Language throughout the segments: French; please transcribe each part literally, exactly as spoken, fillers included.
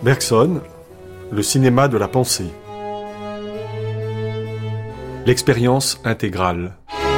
Bergson, le cinéma de la pensée. L'expérience intégrale.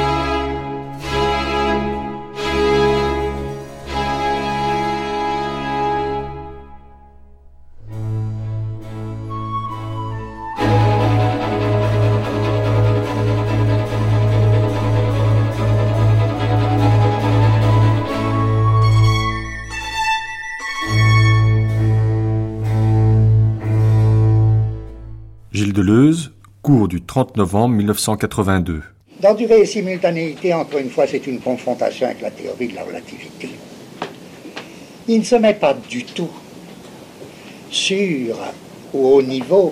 Gilles Deleuze, cours du trente novembre mille neuf cent quatre-vingt-deux. Dans durée et simultanéité, encore une fois, c'est une confrontation avec la théorie de la relativité. Il ne se met pas du tout sur ou au niveau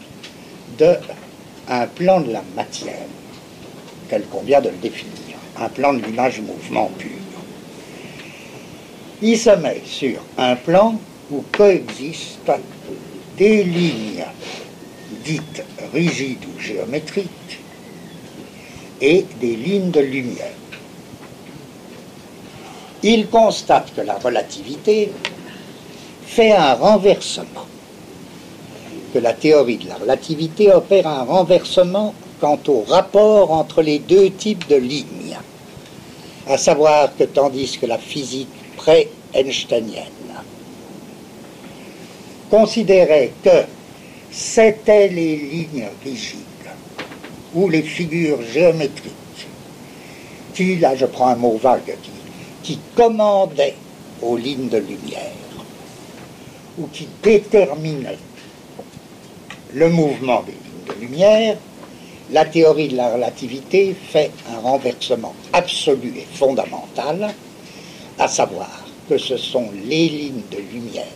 d'un plan de la matière, tel qu'on vient de le définir, un plan de l'image-mouvement pur. Il se met sur un plan où coexistent des lignes dites rigides ou géométriques et des lignes de lumière. Il constate que la relativité fait un renversement, que la théorie de la relativité opère un renversement quant au rapport entre les deux types de lignes, à savoir que tandis que la physique pré-einsteinienne considérait que c'étaient les lignes rigides ou les figures géométriques qui, là je prends un mot vague, qui, qui commandaient aux lignes de lumière ou qui déterminaient le mouvement des lignes de lumière, la théorie de la relativité fait un renversement absolu et fondamental, à savoir que ce sont les lignes de lumière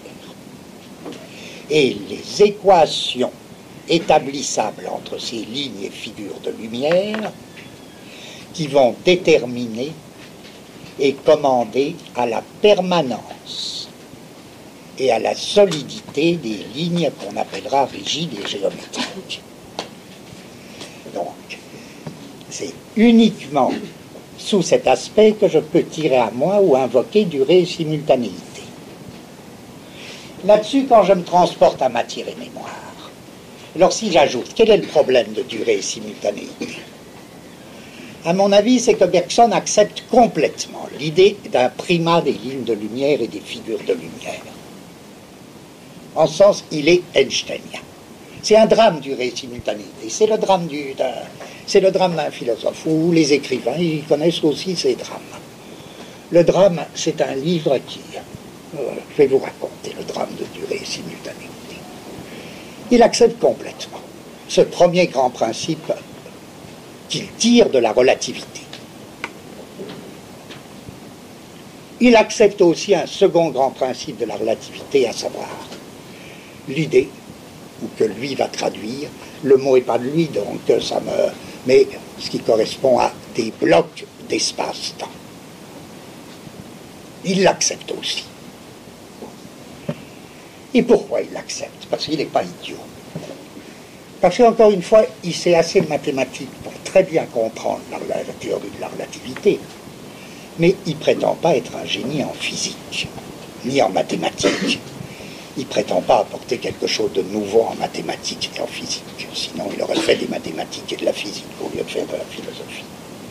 et les équations établissables entre ces lignes et figures de lumière qui vont déterminer et commander à la permanence et à la solidité des lignes qu'on appellera rigides et géométriques. Donc, c'est uniquement sous cet aspect que je peux tirer à moi ou invoquer durée et simultanéité. Là-dessus, quand je me transporte à matière et mémoire, alors si j'ajoute, quel est le problème de durée et simultanéité? À mon avis, c'est que Bergson accepte complètement l'idée d'un primat des lignes de lumière et des figures de lumière. En ce sens, il est einsteinien. C'est un drame, durée et simultanéité. C'est le drame du, d'un, c'est le drame d'un philosophe, où les écrivains, ils connaissent aussi ces drames. Le drame, c'est un livre qui... Euh, je vais vous raconter le drame de durée et simultanéité. Il accepte complètement ce premier grand principe qu'il tire de la relativité. Il accepte aussi un second grand principe de la relativité, à savoir l'idée, ou que lui va traduire, le mot n'est pas de lui, donc ça me... mais ce qui correspond à des blocs d'espace-temps. Il l'accepte aussi. Et pourquoi il l'accepte? Parce qu'il n'est pas idiot. Parce qu'encore une fois, il sait assez de mathématiques pour très bien comprendre la, la, la théorie de la relativité, mais il ne prétend pas être un génie en physique, ni en mathématiques. Il ne prétend pas apporter quelque chose de nouveau en mathématiques et en physique. Sinon, il aurait fait des mathématiques et de la physique au lieu de faire de la philosophie.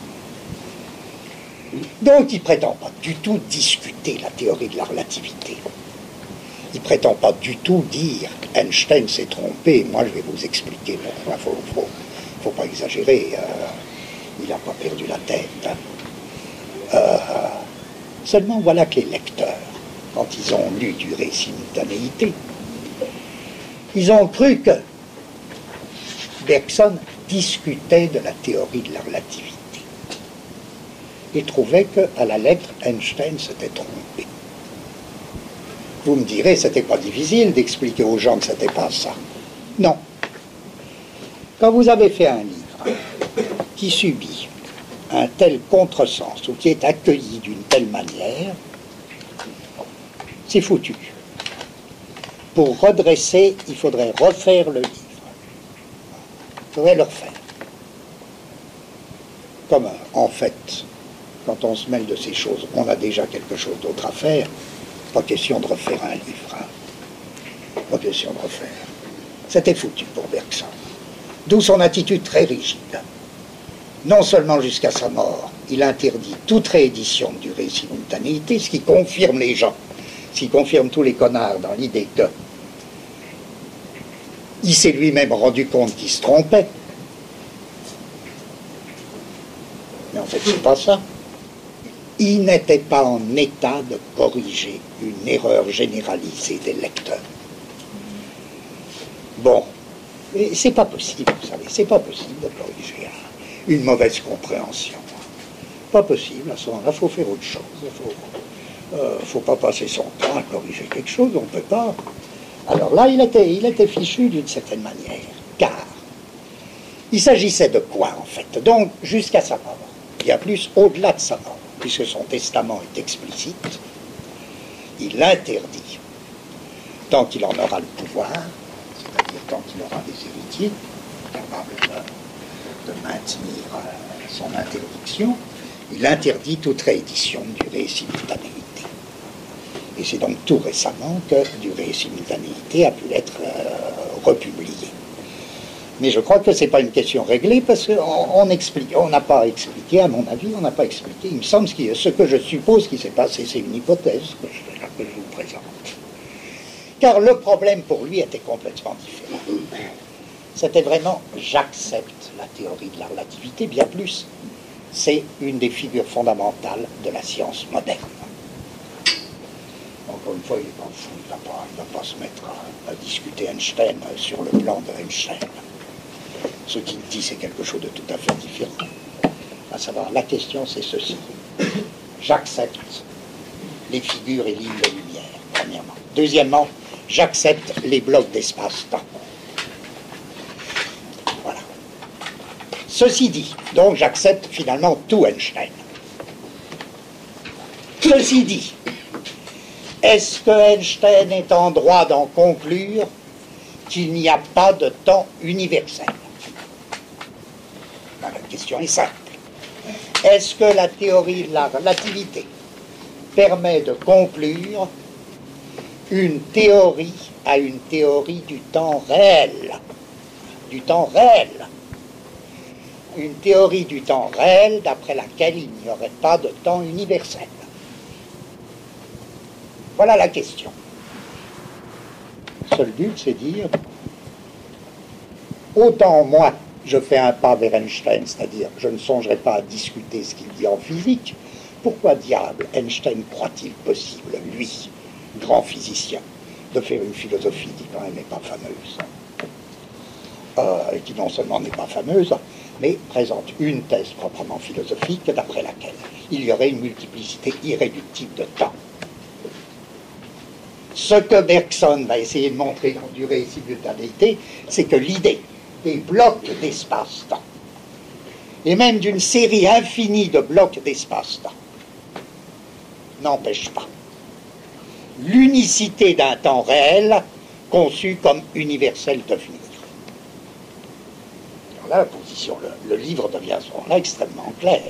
Donc, il ne prétend pas du tout discuter la théorie de la relativité. Il ne prétend pas du tout dire Einstein s'est trompé, moi je vais vous expliquer, il ne faut, faut, faut pas exagérer, euh, il n'a pas perdu la tête. Hein. Euh, seulement voilà que les lecteurs, quand ils ont lu durée et simultanéité, ils ont cru que Bergson discutait de la théorie de la relativité et trouvait qu'à la lettre Einstein s'était trompé. Vous me direz, c'était pas difficile d'expliquer aux gens que c'était pas ça. Non. Quand vous avez fait un livre qui subit un tel contresens ou qui est accueilli d'une telle manière, c'est foutu. Pour redresser, il faudrait refaire le livre. Il faudrait le refaire. Comme en fait, quand on se mêle de ces choses, on a déjà quelque chose d'autre à faire. Pas question de refaire un livre. Hein. proposition de refaire. C'était foutu pour Bergson. D'où son attitude très rigide. Non seulement jusqu'à sa mort, il interdit toute réédition du récit simultanéité, ce qui confirme les gens, ce qui confirme tous les connards dans l'idée que il s'est lui-même rendu compte qu'il se trompait. Mais en fait, c'est pas ça. Il n'était pas en état de corriger une erreur généralisée des lecteurs. Bon, mais c'est pas possible, vous savez, c'est pas possible de corriger une mauvaise compréhension. Pas possible, à ce moment-là, il faut faire autre chose. Il faut, euh, faut pas passer son temps à corriger quelque chose, on ne peut pas. Alors là, il était, il était fichu d'une certaine manière, car il s'agissait de quoi, en fait? Donc, jusqu'à sa mort, bien plus au-delà de sa mort, puisque son testament est explicite, il interdit, tant qu'il en aura le pouvoir, c'est-à-dire tant qu'il aura des héritiers capables de, de maintenir euh, son interdiction, il interdit toute réédition du récit simultanéité. Et c'est donc tout récemment que du récit simultanéité a pu être euh, republié. Mais je crois que ce n'est pas une question réglée parce qu'on explique, on n'a pas expliqué, à mon avis, on n'a pas expliqué. Il me semble que ce que je suppose qui s'est passé, c'est une hypothèse que je, que je vous présente. Car le problème pour lui était complètement différent. C'était vraiment, j'accepte la théorie de la relativité, bien plus. C'est une des figures fondamentales de la science moderne. Encore une fois, il n'est pas fou, il ne va, va pas se mettre à, à discuter Einstein sur le plan de Einstein. Ce qu'il dit, c'est quelque chose de tout à fait différent. À savoir, la question, c'est ceci. J'accepte les figures et lignes de lumière, premièrement. Deuxièmement, j'accepte les blocs d'espace-temps. Voilà. Ceci dit, donc j'accepte finalement tout Einstein. Ceci dit, est-ce que Einstein est en droit d'en conclure qu'il n'y a pas de temps universel? La question est simple. Est-ce que la théorie de la relativité permet de conclure une théorie à une théorie du temps réel? Du temps réel. Une théorie du temps réel d'après laquelle il n'y aurait pas de temps universel. Voilà la question. Le seul but, c'est dire, autant moi, je fais un pas vers Einstein, c'est-à-dire, je ne songerai pas à discuter ce qu'il dit en physique, pourquoi diable Einstein croit-il possible, lui, grand physicien, de faire une philosophie qui quand même n'est pas fameuse, euh, et qui non seulement n'est pas fameuse, mais présente une thèse proprement philosophique d'après laquelle il y aurait une multiplicité irréductible de temps. Ce que Bergson va essayer de montrer dans durée et simultanéité, c'est que l'idée des blocs d'espace-temps, et même d'une série infinie de blocs d'espace-temps, n'empêche pas l'unicité d'un temps réel conçu comme universel devenir. Alors là, la position, le, le livre devient à ce moment-là extrêmement clair.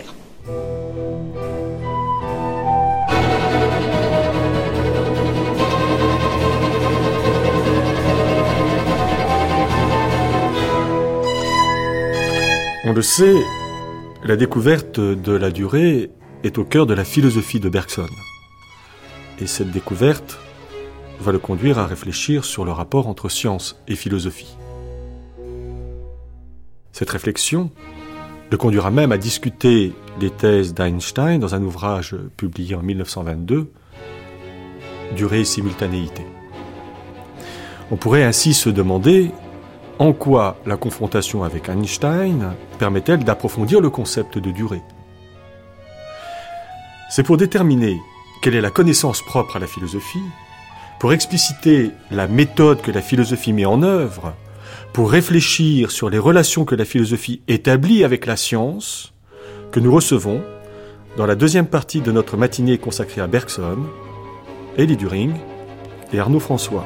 On le sait, la découverte de la durée est au cœur de la philosophie de Bergson. Et cette découverte va le conduire à réfléchir sur le rapport entre science et philosophie. Cette réflexion le conduira même à discuter les thèses d'Einstein dans un ouvrage publié en mille neuf cent vingt-deux, Durée et simultanéité. On pourrait ainsi se demander en quoi la confrontation avec Einstein permet-elle d'approfondir le concept de durée. C'est pour déterminer quelle est la connaissance propre à la philosophie, pour expliciter la méthode que la philosophie met en œuvre, pour réfléchir sur les relations que la philosophie établit avec la science, que nous recevons dans la deuxième partie de notre matinée consacrée à Bergson, Élie Düring et Arnaud François.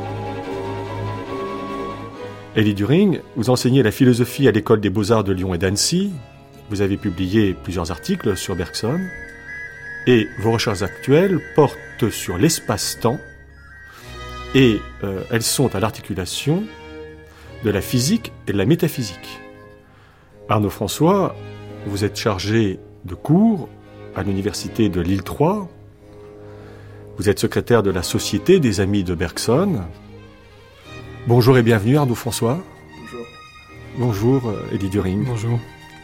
Élie Düring, vous enseignez la philosophie à l'école des Beaux-Arts de Lyon et d'Annecy. Vous avez publié plusieurs articles sur Bergson. Et vos recherches actuelles portent sur l'espace-temps et euh, elles sont à l'articulation de la physique et de la métaphysique. Arnaud François, vous êtes chargé de cours à l'université de Lille trois. Vous êtes secrétaire de la Société des Amis de Bergson. Bonjour et bienvenue Arnaud François. Bonjour. Bonjour Elie Düring. Bonjour.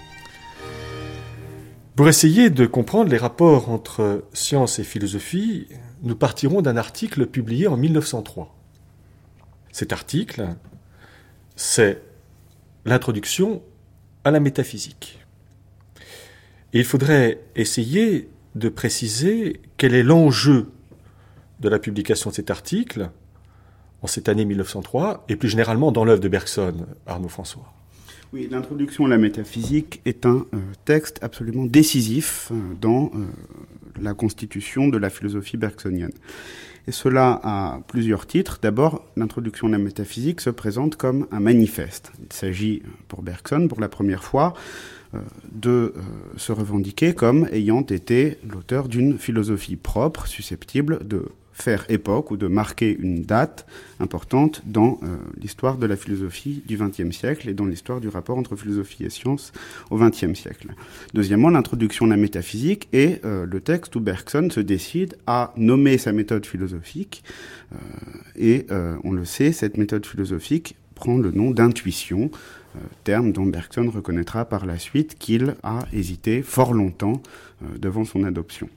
Pour essayer de comprendre les rapports entre science et philosophie, nous partirons d'un article publié en mille neuf cent trois. Cet article, c'est l'introduction à la métaphysique. Et il faudrait essayer de préciser quel est l'enjeu de la publication de cet article en cette année mille neuf cent trois, et plus généralement dans l'œuvre de Bergson, Arnaud François. Oui, l'introduction à la métaphysique est un euh, texte absolument décisif euh, dans euh, la constitution de la philosophie bergsonienne. Et cela a plusieurs titres. D'abord, l'introduction à la métaphysique se présente comme un manifeste. Il s'agit, pour Bergson, pour la première fois, euh, de euh, se revendiquer comme ayant été l'auteur d'une philosophie propre, susceptible de faire époque ou de marquer une date importante dans euh, l'histoire de la philosophie du vingtième siècle et dans l'histoire du rapport entre philosophie et science au vingtième siècle. Deuxièmement, l'introduction à la métaphysique est euh, le texte où Bergson se décide à nommer sa méthode philosophique euh, et euh, on le sait, cette méthode philosophique prend le nom d'intuition, euh, terme dont Bergson reconnaîtra par la suite qu'il a hésité fort longtemps euh, devant son adoption.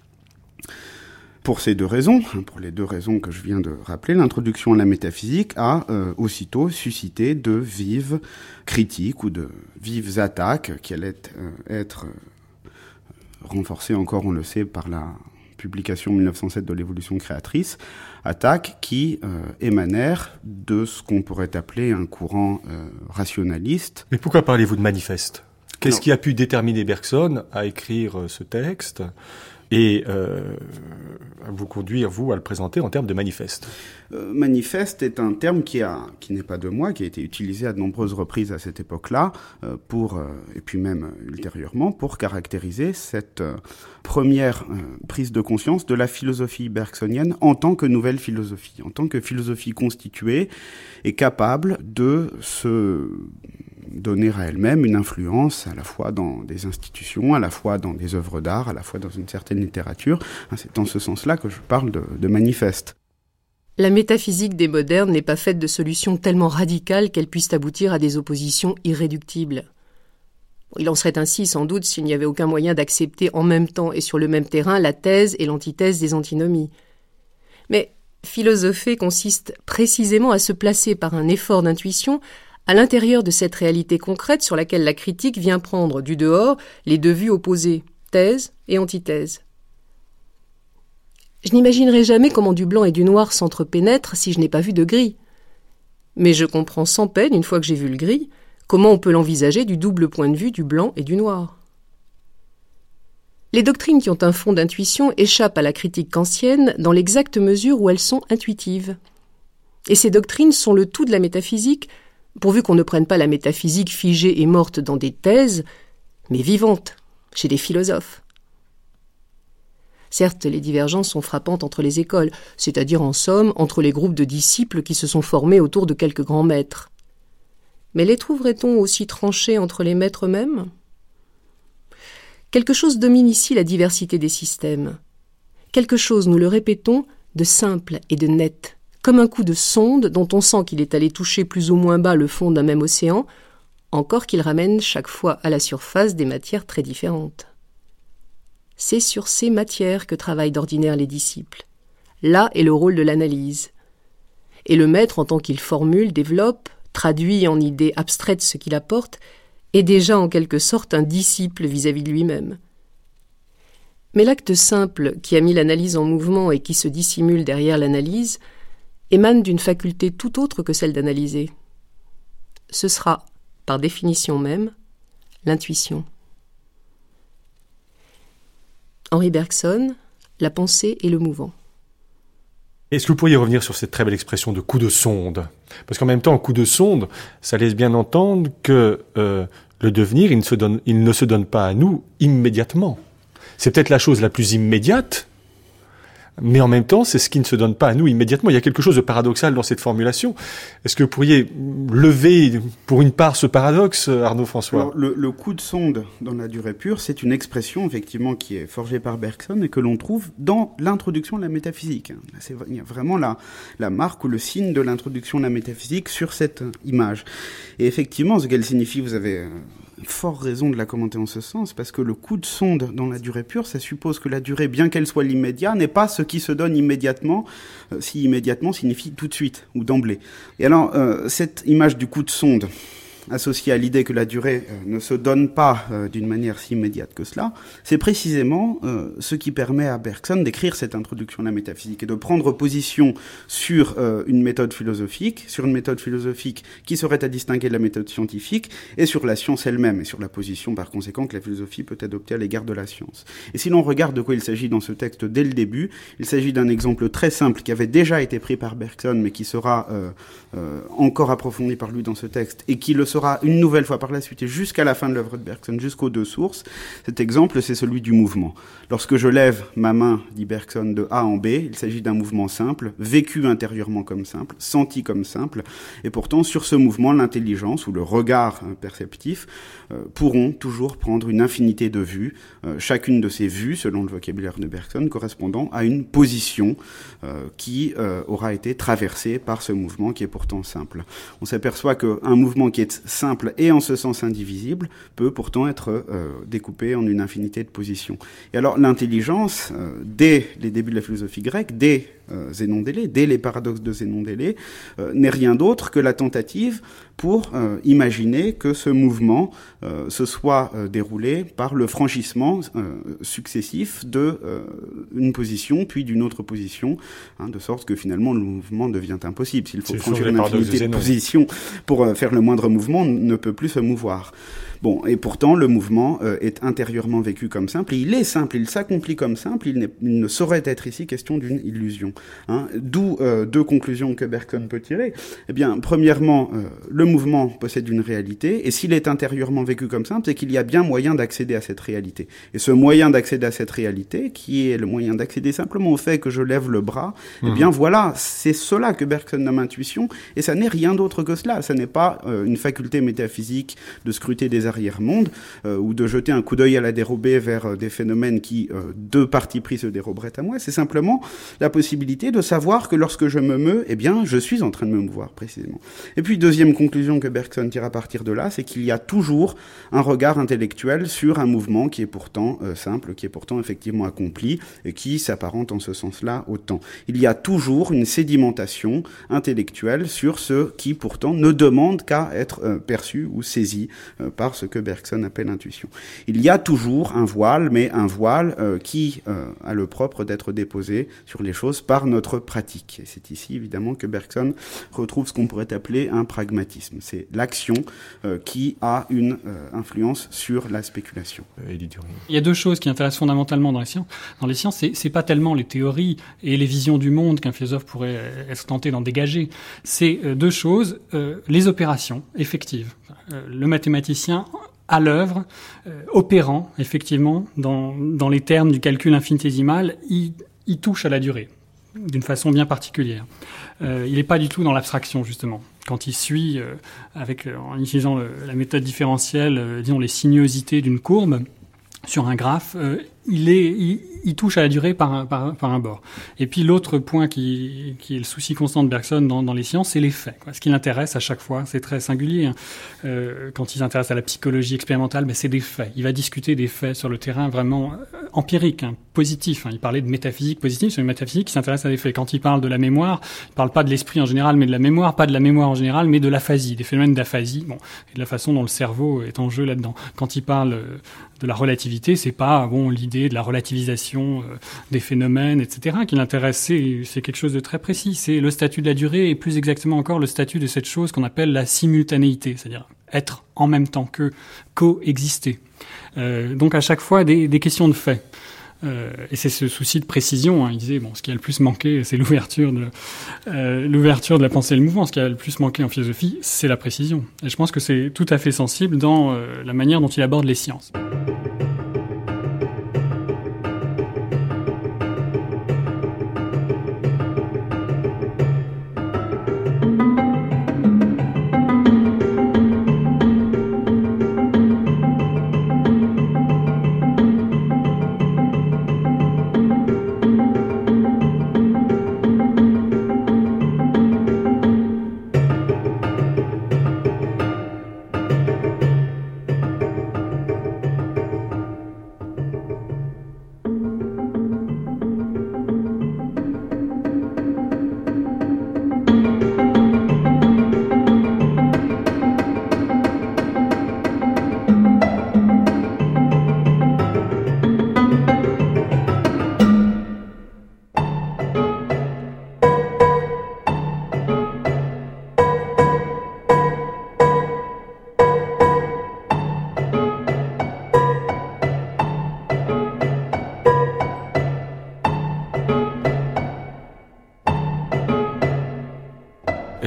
Pour ces deux raisons, pour les deux raisons que je viens de rappeler, l'introduction à la métaphysique a euh, aussitôt suscité de vives critiques ou de vives attaques qui allaient euh, être euh, renforcées encore, on le sait, par la publication en mille neuf cent sept de l'Évolution créatrice, attaques qui euh, émanèrent de ce qu'on pourrait appeler un courant euh, rationaliste. Mais pourquoi parlez-vous de manifeste ? Qu'est-ce Non. qui a pu déterminer Bergson à écrire euh, ce texte ? Et euh, vous conduire, vous, à le présenter en termes de manifeste. Euh, manifeste est un terme qui, a, qui n'est pas de moi, qui a été utilisé à de nombreuses reprises à cette époque-là, euh, pour, euh, et puis même ultérieurement, pour caractériser cette euh, première euh, prise de conscience de la philosophie bergsonienne en tant que nouvelle philosophie, en tant que philosophie constituée et capable de se donner à elle-même une influence à la fois dans des institutions, à la fois dans des œuvres d'art, à la fois dans une certaine littérature. C'est dans ce sens-là que je parle de, de manifeste. La métaphysique des modernes n'est pas faite de solutions tellement radicales qu'elles puissent aboutir à des oppositions irréductibles. Il en serait ainsi sans doute s'il n'y avait aucun moyen d'accepter en même temps et sur le même terrain la thèse et l'antithèse des antinomies. Mais philosopher consiste précisément à se placer par un effort d'intuition à l'intérieur de cette réalité concrète sur laquelle la critique vient prendre du dehors les deux vues opposées, thèse et antithèse. Je n'imaginerai jamais comment du blanc et du noir s'entrepénètrent si je n'ai pas vu de gris. Mais je comprends sans peine, une fois que j'ai vu le gris, comment on peut l'envisager du double point de vue du blanc et du noir. Les doctrines qui ont un fond d'intuition échappent à la critique kantienne dans l'exacte mesure où elles sont intuitives. Et ces doctrines sont le tout de la métaphysique, pourvu qu'on ne prenne pas la métaphysique figée et morte dans des thèses, mais vivante, chez des philosophes. Certes, les divergences sont frappantes entre les écoles, c'est-à-dire en somme entre les groupes de disciples qui se sont formés autour de quelques grands maîtres. Mais les trouverait-on aussi tranchées entre les maîtres eux-mêmes ? Quelque chose domine ici la diversité des systèmes. Quelque chose, nous le répétons, de simple et de net, comme un coup de sonde dont on sent qu'il est allé toucher plus ou moins bas le fond d'un même océan, encore qu'il ramène chaque fois à la surface des matières très différentes. C'est sur ces matières que travaillent d'ordinaire les disciples. Là est le rôle de l'analyse. Et le maître, en tant qu'il formule, développe, traduit en idées abstraites ce qu'il apporte, est déjà en quelque sorte un disciple vis-à-vis de lui-même. Mais l'acte simple qui a mis l'analyse en mouvement et qui se dissimule derrière l'analyse émane d'une faculté tout autre que celle d'analyser. Ce sera, par définition même, l'intuition. Henri Bergson, la pensée et le mouvant. Est-ce que vous pourriez revenir sur cette très belle expression de coup de sonde ? Parce qu'en même temps, coup de sonde, ça laisse bien entendre que euh, le devenir, il ne se donne, il ne se donne pas à nous immédiatement. C'est peut-être la chose la plus immédiate, Mais en même temps, c'est ce qui ne se donne pas à nous immédiatement. Il y a quelque chose de paradoxal dans cette formulation. Est-ce que vous pourriez lever pour une part ce paradoxe, Arnaud François ? Alors, le, le coup de sonde dans la durée pure, c'est une expression effectivement qui est forgée par Bergson et que l'on trouve dans l'introduction de la métaphysique. C'est, il y a vraiment la, la marque ou le signe de l'introduction de la métaphysique sur cette image. Et effectivement, ce qu'elle signifie, vous avez fort raison de la commenter en ce sens, parce que le coup de sonde dans la durée pure, ça suppose que la durée, bien qu'elle soit l'immédiat, n'est pas ce qui se donne immédiatement, euh, si immédiatement signifie tout de suite, ou d'emblée. Et alors, euh, cette image du coup de sonde, associée à l'idée que la durée euh, ne se donne pas euh, d'une manière si immédiate que cela, c'est précisément euh, ce qui permet à Bergson d'écrire cette introduction à la métaphysique et de prendre position sur euh, une méthode philosophique, sur une méthode philosophique qui serait à distinguer de la méthode scientifique, et sur la science elle-même, et sur la position par conséquent que la philosophie peut adopter à l'égard de la science. Et si l'on regarde de quoi il s'agit dans ce texte dès le début, il s'agit d'un exemple très simple qui avait déjà été pris par Bergson, mais qui sera euh, euh, encore approfondi par lui dans ce texte, et qui le sera une nouvelle fois par la suite et jusqu'à la fin de l'œuvre de Bergson, jusqu'aux deux sources. Cet exemple, c'est celui du mouvement. Lorsque je lève ma main, dit Bergson, de A en B, il s'agit d'un mouvement simple, vécu intérieurement comme simple, senti comme simple, et pourtant, sur ce mouvement, l'intelligence ou le regard perceptif euh, pourront toujours prendre une infinité de vues, euh, chacune de ces vues, selon le vocabulaire de Bergson, correspondant à une position euh, qui euh, aura été traversée par ce mouvement qui est pourtant simple. On s'aperçoit qu'un mouvement qui est simple et en ce sens indivisible peut pourtant être euh, découpé en une infinité de positions. Et alors l'intelligence, euh, dès les débuts de la philosophie grecque, dès euh, Zénon d'Élée, dès les paradoxes de Zénon d'Élée, euh, n'est rien d'autre que la tentative pour euh, imaginer que ce mouvement euh, se soit euh, déroulé par le franchissement euh, successif de euh, une position puis d'une autre position, hein, de sorte que finalement le mouvement devient impossible. S'il faut C'est franchir une infinité de positions pour euh, faire le moindre mouvement, ne peut plus se mouvoir. Bon, et pourtant, le mouvement euh, est intérieurement vécu comme simple, et il est simple, il s'accomplit comme simple, il, n'est, il ne saurait être ici question d'une illusion. Hein. D'où euh, deux conclusions que Bergson peut tirer. Eh bien, premièrement, euh, le mouvement possède une réalité, et s'il est intérieurement vécu comme simple, c'est qu'il y a bien moyen d'accéder à cette réalité. Et ce moyen d'accéder à cette réalité, qui est le moyen d'accéder simplement au fait que je lève le bras, mmh. eh bien voilà, c'est cela que Bergson nomme intuition, et ça n'est rien d'autre que cela. Ça n'est pas euh, une faculté métaphysique de scruter des arrière-monde, euh, ou de jeter un coup d'œil à la dérobée vers euh, des phénomènes qui, euh, de parti pris, se déroberaient à moi. C'est simplement la possibilité de savoir que lorsque je me meus, eh bien, je suis en train de me mouvoir, précisément. Et puis, deuxième conclusion que Bergson tire à partir de là, c'est qu'il y a toujours un regard intellectuel sur un mouvement qui est pourtant euh, simple, qui est pourtant effectivement accompli, et qui s'apparente en ce sens-là au temps. Il y a toujours une sédimentation intellectuelle sur ce qui, pourtant, ne demande qu'à être euh, perçu ou saisi euh, par ce que Bergson appelle intuition. Il y a toujours un voile, mais un voile euh, qui euh, a le propre d'être déposé sur les choses par notre pratique. Et c'est ici, évidemment, que Bergson retrouve ce qu'on pourrait appeler un pragmatisme. C'est l'action euh, qui a une euh, influence sur la spéculation. Il y a deux choses qui intéressent fondamentalement dans les sciences. Dans les sciences, c'est, c'est pas tellement les théories et les visions du monde qu'un philosophe pourrait être tenté d'en dégager. C'est euh, deux choses, euh, les opérations effectives. Euh, le mathématicien à l'œuvre, euh, opérant, effectivement, dans, dans les termes du calcul infinitésimal, il, il touche à la durée, d'une façon bien particulière. Euh, il n'est pas du tout dans l'abstraction, justement. Quand il suit, euh, avec, euh, en utilisant le, la méthode différentielle, euh, disons, les sinuosités d'une courbe, sur un graphe, euh, il, est, il, il touche à la durée par un, par, par un bord. Et puis l'autre point qui, qui est le souci constant de Bergson dans, dans les sciences, c'est les faits, quoi. Ce qui l'intéresse à chaque fois, c'est très singulier. Hein. Euh, quand il s'intéresse à la psychologie expérimentale, ben c'est des faits. Il va discuter des faits sur le terrain vraiment empirique, hein, positif. Hein. Il parlait de métaphysique positive, c'est une métaphysique qui s'intéresse à des faits. Quand il parle de la mémoire, il parle pas de l'esprit en général, mais de la mémoire, pas de la mémoire en général, mais de l'aphasie, des phénomènes d'aphasie, bon, et de la façon dont le cerveau est en jeu là-dedans. Quand il parle de la relativité, c'est pas bon l'idée de la relativisation euh, des phénomènes, et cetera, qui l'intéresse. C'est, c'est quelque chose de très précis. C'est le statut de la durée et plus exactement encore le statut de cette chose qu'on appelle la simultanéité, c'est-à-dire être en même temps que, coexister. Euh, donc à chaque fois des, des questions de fait. Euh, et c'est ce souci de précision. Hein. Il disait bon, ce qui a le plus manqué, c'est l'ouverture de euh, l'ouverture de la pensée et le mouvement. Ce qui a le plus manqué en philosophie, c'est la précision. Et je pense que c'est tout à fait sensible dans euh, la manière dont il aborde les sciences.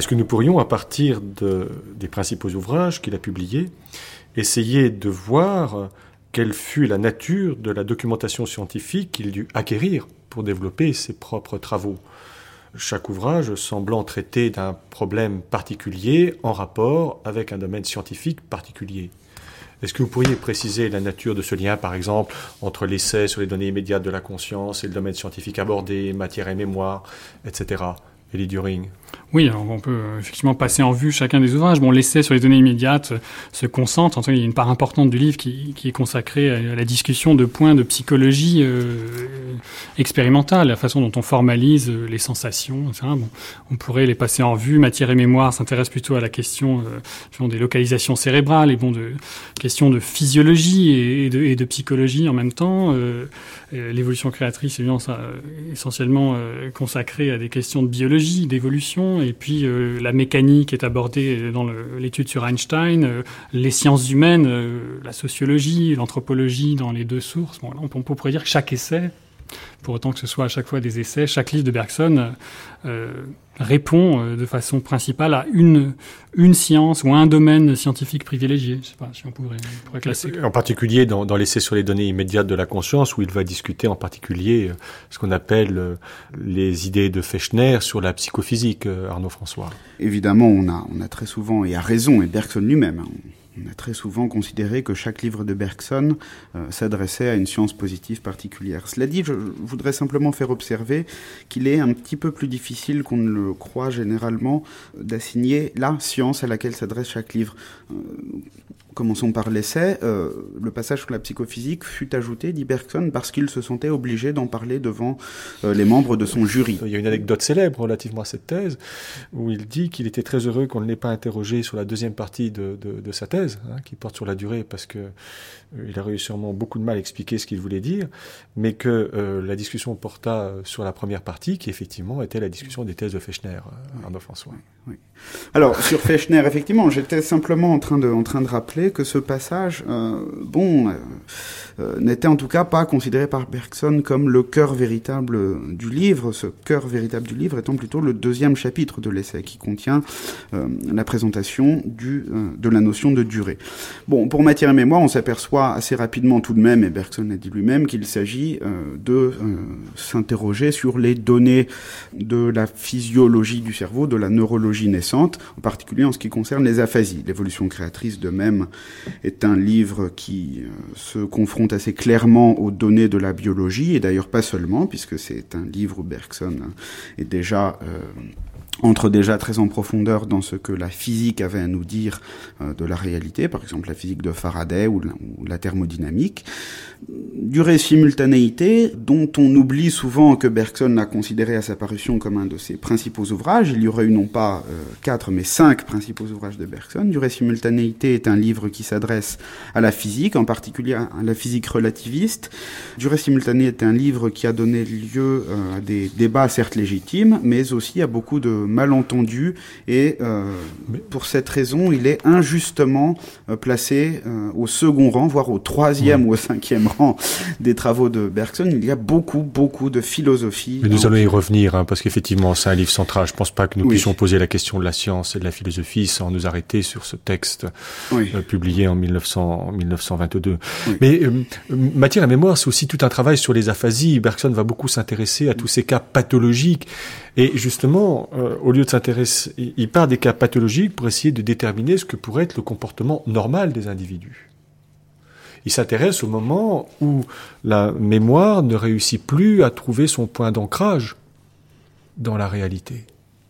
Est-ce que nous pourrions, à partir de, des principaux ouvrages qu'il a publiés, essayer de voir quelle fut la nature de la documentation scientifique qu'il dut acquérir pour développer ses propres travaux? Chaque ouvrage semblant traiter d'un problème particulier en rapport avec un domaine scientifique particulier. Est-ce que vous pourriez préciser la nature de ce lien, par exemple, entre l'essai sur les données immédiates de la conscience et le domaine scientifique abordé, matière et mémoire, et cetera. Elie During. Oui, alors on peut effectivement passer en vue chacun des ouvrages. Bon, l'essai sur les données immédiates se concentre, en tout cas, il y a une part importante du livre qui, qui est consacrée à la discussion de points de psychologie euh, expérimentale, la façon dont on formalise les sensations, et cetera. Bon, on pourrait les passer en vue. Matière et mémoire s'intéresse plutôt à la question euh, des localisations cérébrales et bon, de questions de physiologie et de, et de psychologie en même temps. Euh, l'évolution créatrice, évidemment, ça, essentiellement euh, consacrée à des questions de biologie, d'évolution. Et puis euh, la mécanique est abordée dans le, l'étude sur Einstein, euh, les sciences humaines, euh, la sociologie, l'anthropologie dans les deux sources. Bon, là, on, on pourrait dire que chaque essai, pour autant que ce soit à chaque fois des essais, chaque livre de Bergson euh, répond euh, de façon principale à une, une science ou un domaine scientifique privilégié. Je ne sais pas si on pourrait, on pourrait classer. En particulier dans, dans l'essai sur les données immédiates de la conscience, où il va discuter en particulier euh, ce qu'on appelle euh, les idées de Fechner sur la psychophysique, euh, Arnaud François. Évidemment, on a, on a très souvent, et à raison, et Bergson lui-même, hein, on a très souvent considéré que chaque livre de Bergson euh, s'adressait à une science positive particulière. Cela dit, je, je voudrais simplement faire observer qu'il est un petit peu plus difficile qu'on ne le croit généralement d'assigner la science à laquelle s'adresse chaque livre. Euh, Commençons par l'essai. Euh, le passage sur la psychophysique fut ajouté, dit Bergson, parce qu'il se sentait obligé d'en parler devant euh, les membres de son jury. Il y a une anecdote célèbre relativement à cette thèse, où il dit qu'il était très heureux qu'on ne l'ait pas interrogé sur la deuxième partie de, de, de sa thèse, hein, qui porte sur la durée, parce que euh, il aurait eu sûrement beaucoup de mal à expliquer ce qu'il voulait dire, mais que euh, la discussion porta sur la première partie, qui effectivement était la discussion des thèses de Fechner, euh, Arnaud François. Oui, oui. Alors, sur Fechner, effectivement, j'étais simplement en train de, en train de rappeler que ce passage, euh, bon, euh, euh, n'était en tout cas pas considéré par Bergson comme le cœur véritable du livre, ce cœur véritable du livre étant plutôt le deuxième chapitre de l'essai, qui contient euh, la présentation du, euh, de la notion de durée. Bon, pour matière et mémoire, on s'aperçoit assez rapidement tout de même, et Bergson l'a dit lui-même, qu'il s'agit euh, de euh, s'interroger sur les données de la physiologie du cerveau, de la neurologie naissante, en particulier en ce qui concerne les aphasies. L'évolution créatrice, de même, est un livre qui euh, se confronte assez clairement aux données de la biologie, et d'ailleurs pas seulement, puisque c'est un livre où Bergson est déjà... Euh, entre déjà très en profondeur dans ce que la physique avait à nous dire euh, de la réalité, par exemple la physique de Faraday ou la, ou la thermodynamique. Durée simultanéité, dont on oublie souvent que Bergson l'a considéré à sa parution comme un de ses principaux ouvrages. Il y aurait eu non pas euh, quatre, mais cinq principaux ouvrages de Bergson. Durée simultanéité est un livre qui s'adresse à la physique, en particulier à la physique relativiste. Durée simultanée est un livre qui a donné lieu euh, à des débats certes légitimes, mais aussi à beaucoup de malentendus, et euh, pour cette raison, il est injustement euh, placé euh, au second rang, voire au troisième ouais. ou au cinquième rang des travaux de Bergson. Il y a beaucoup, beaucoup de philosophie. Mais nous allons y revenir, hein, parce qu'effectivement, c'est un livre central. Je ne pense pas que nous oui. puissions poser la question de la science et de la philosophie sans nous arrêter sur ce texte oui. euh, publié en mille neuf cents, mille neuf cent vingt-deux. Oui. Mais euh, matière et mémoire, c'est aussi tout un travail sur les aphasies. Bergson va beaucoup s'intéresser à tous ces cas pathologiques. Et justement, euh, au lieu de s'intéresser, il part des cas pathologiques pour essayer de déterminer ce que pourrait être le comportement normal des individus. Il s'intéresse au moment où la mémoire ne réussit plus à trouver son point d'ancrage dans la réalité.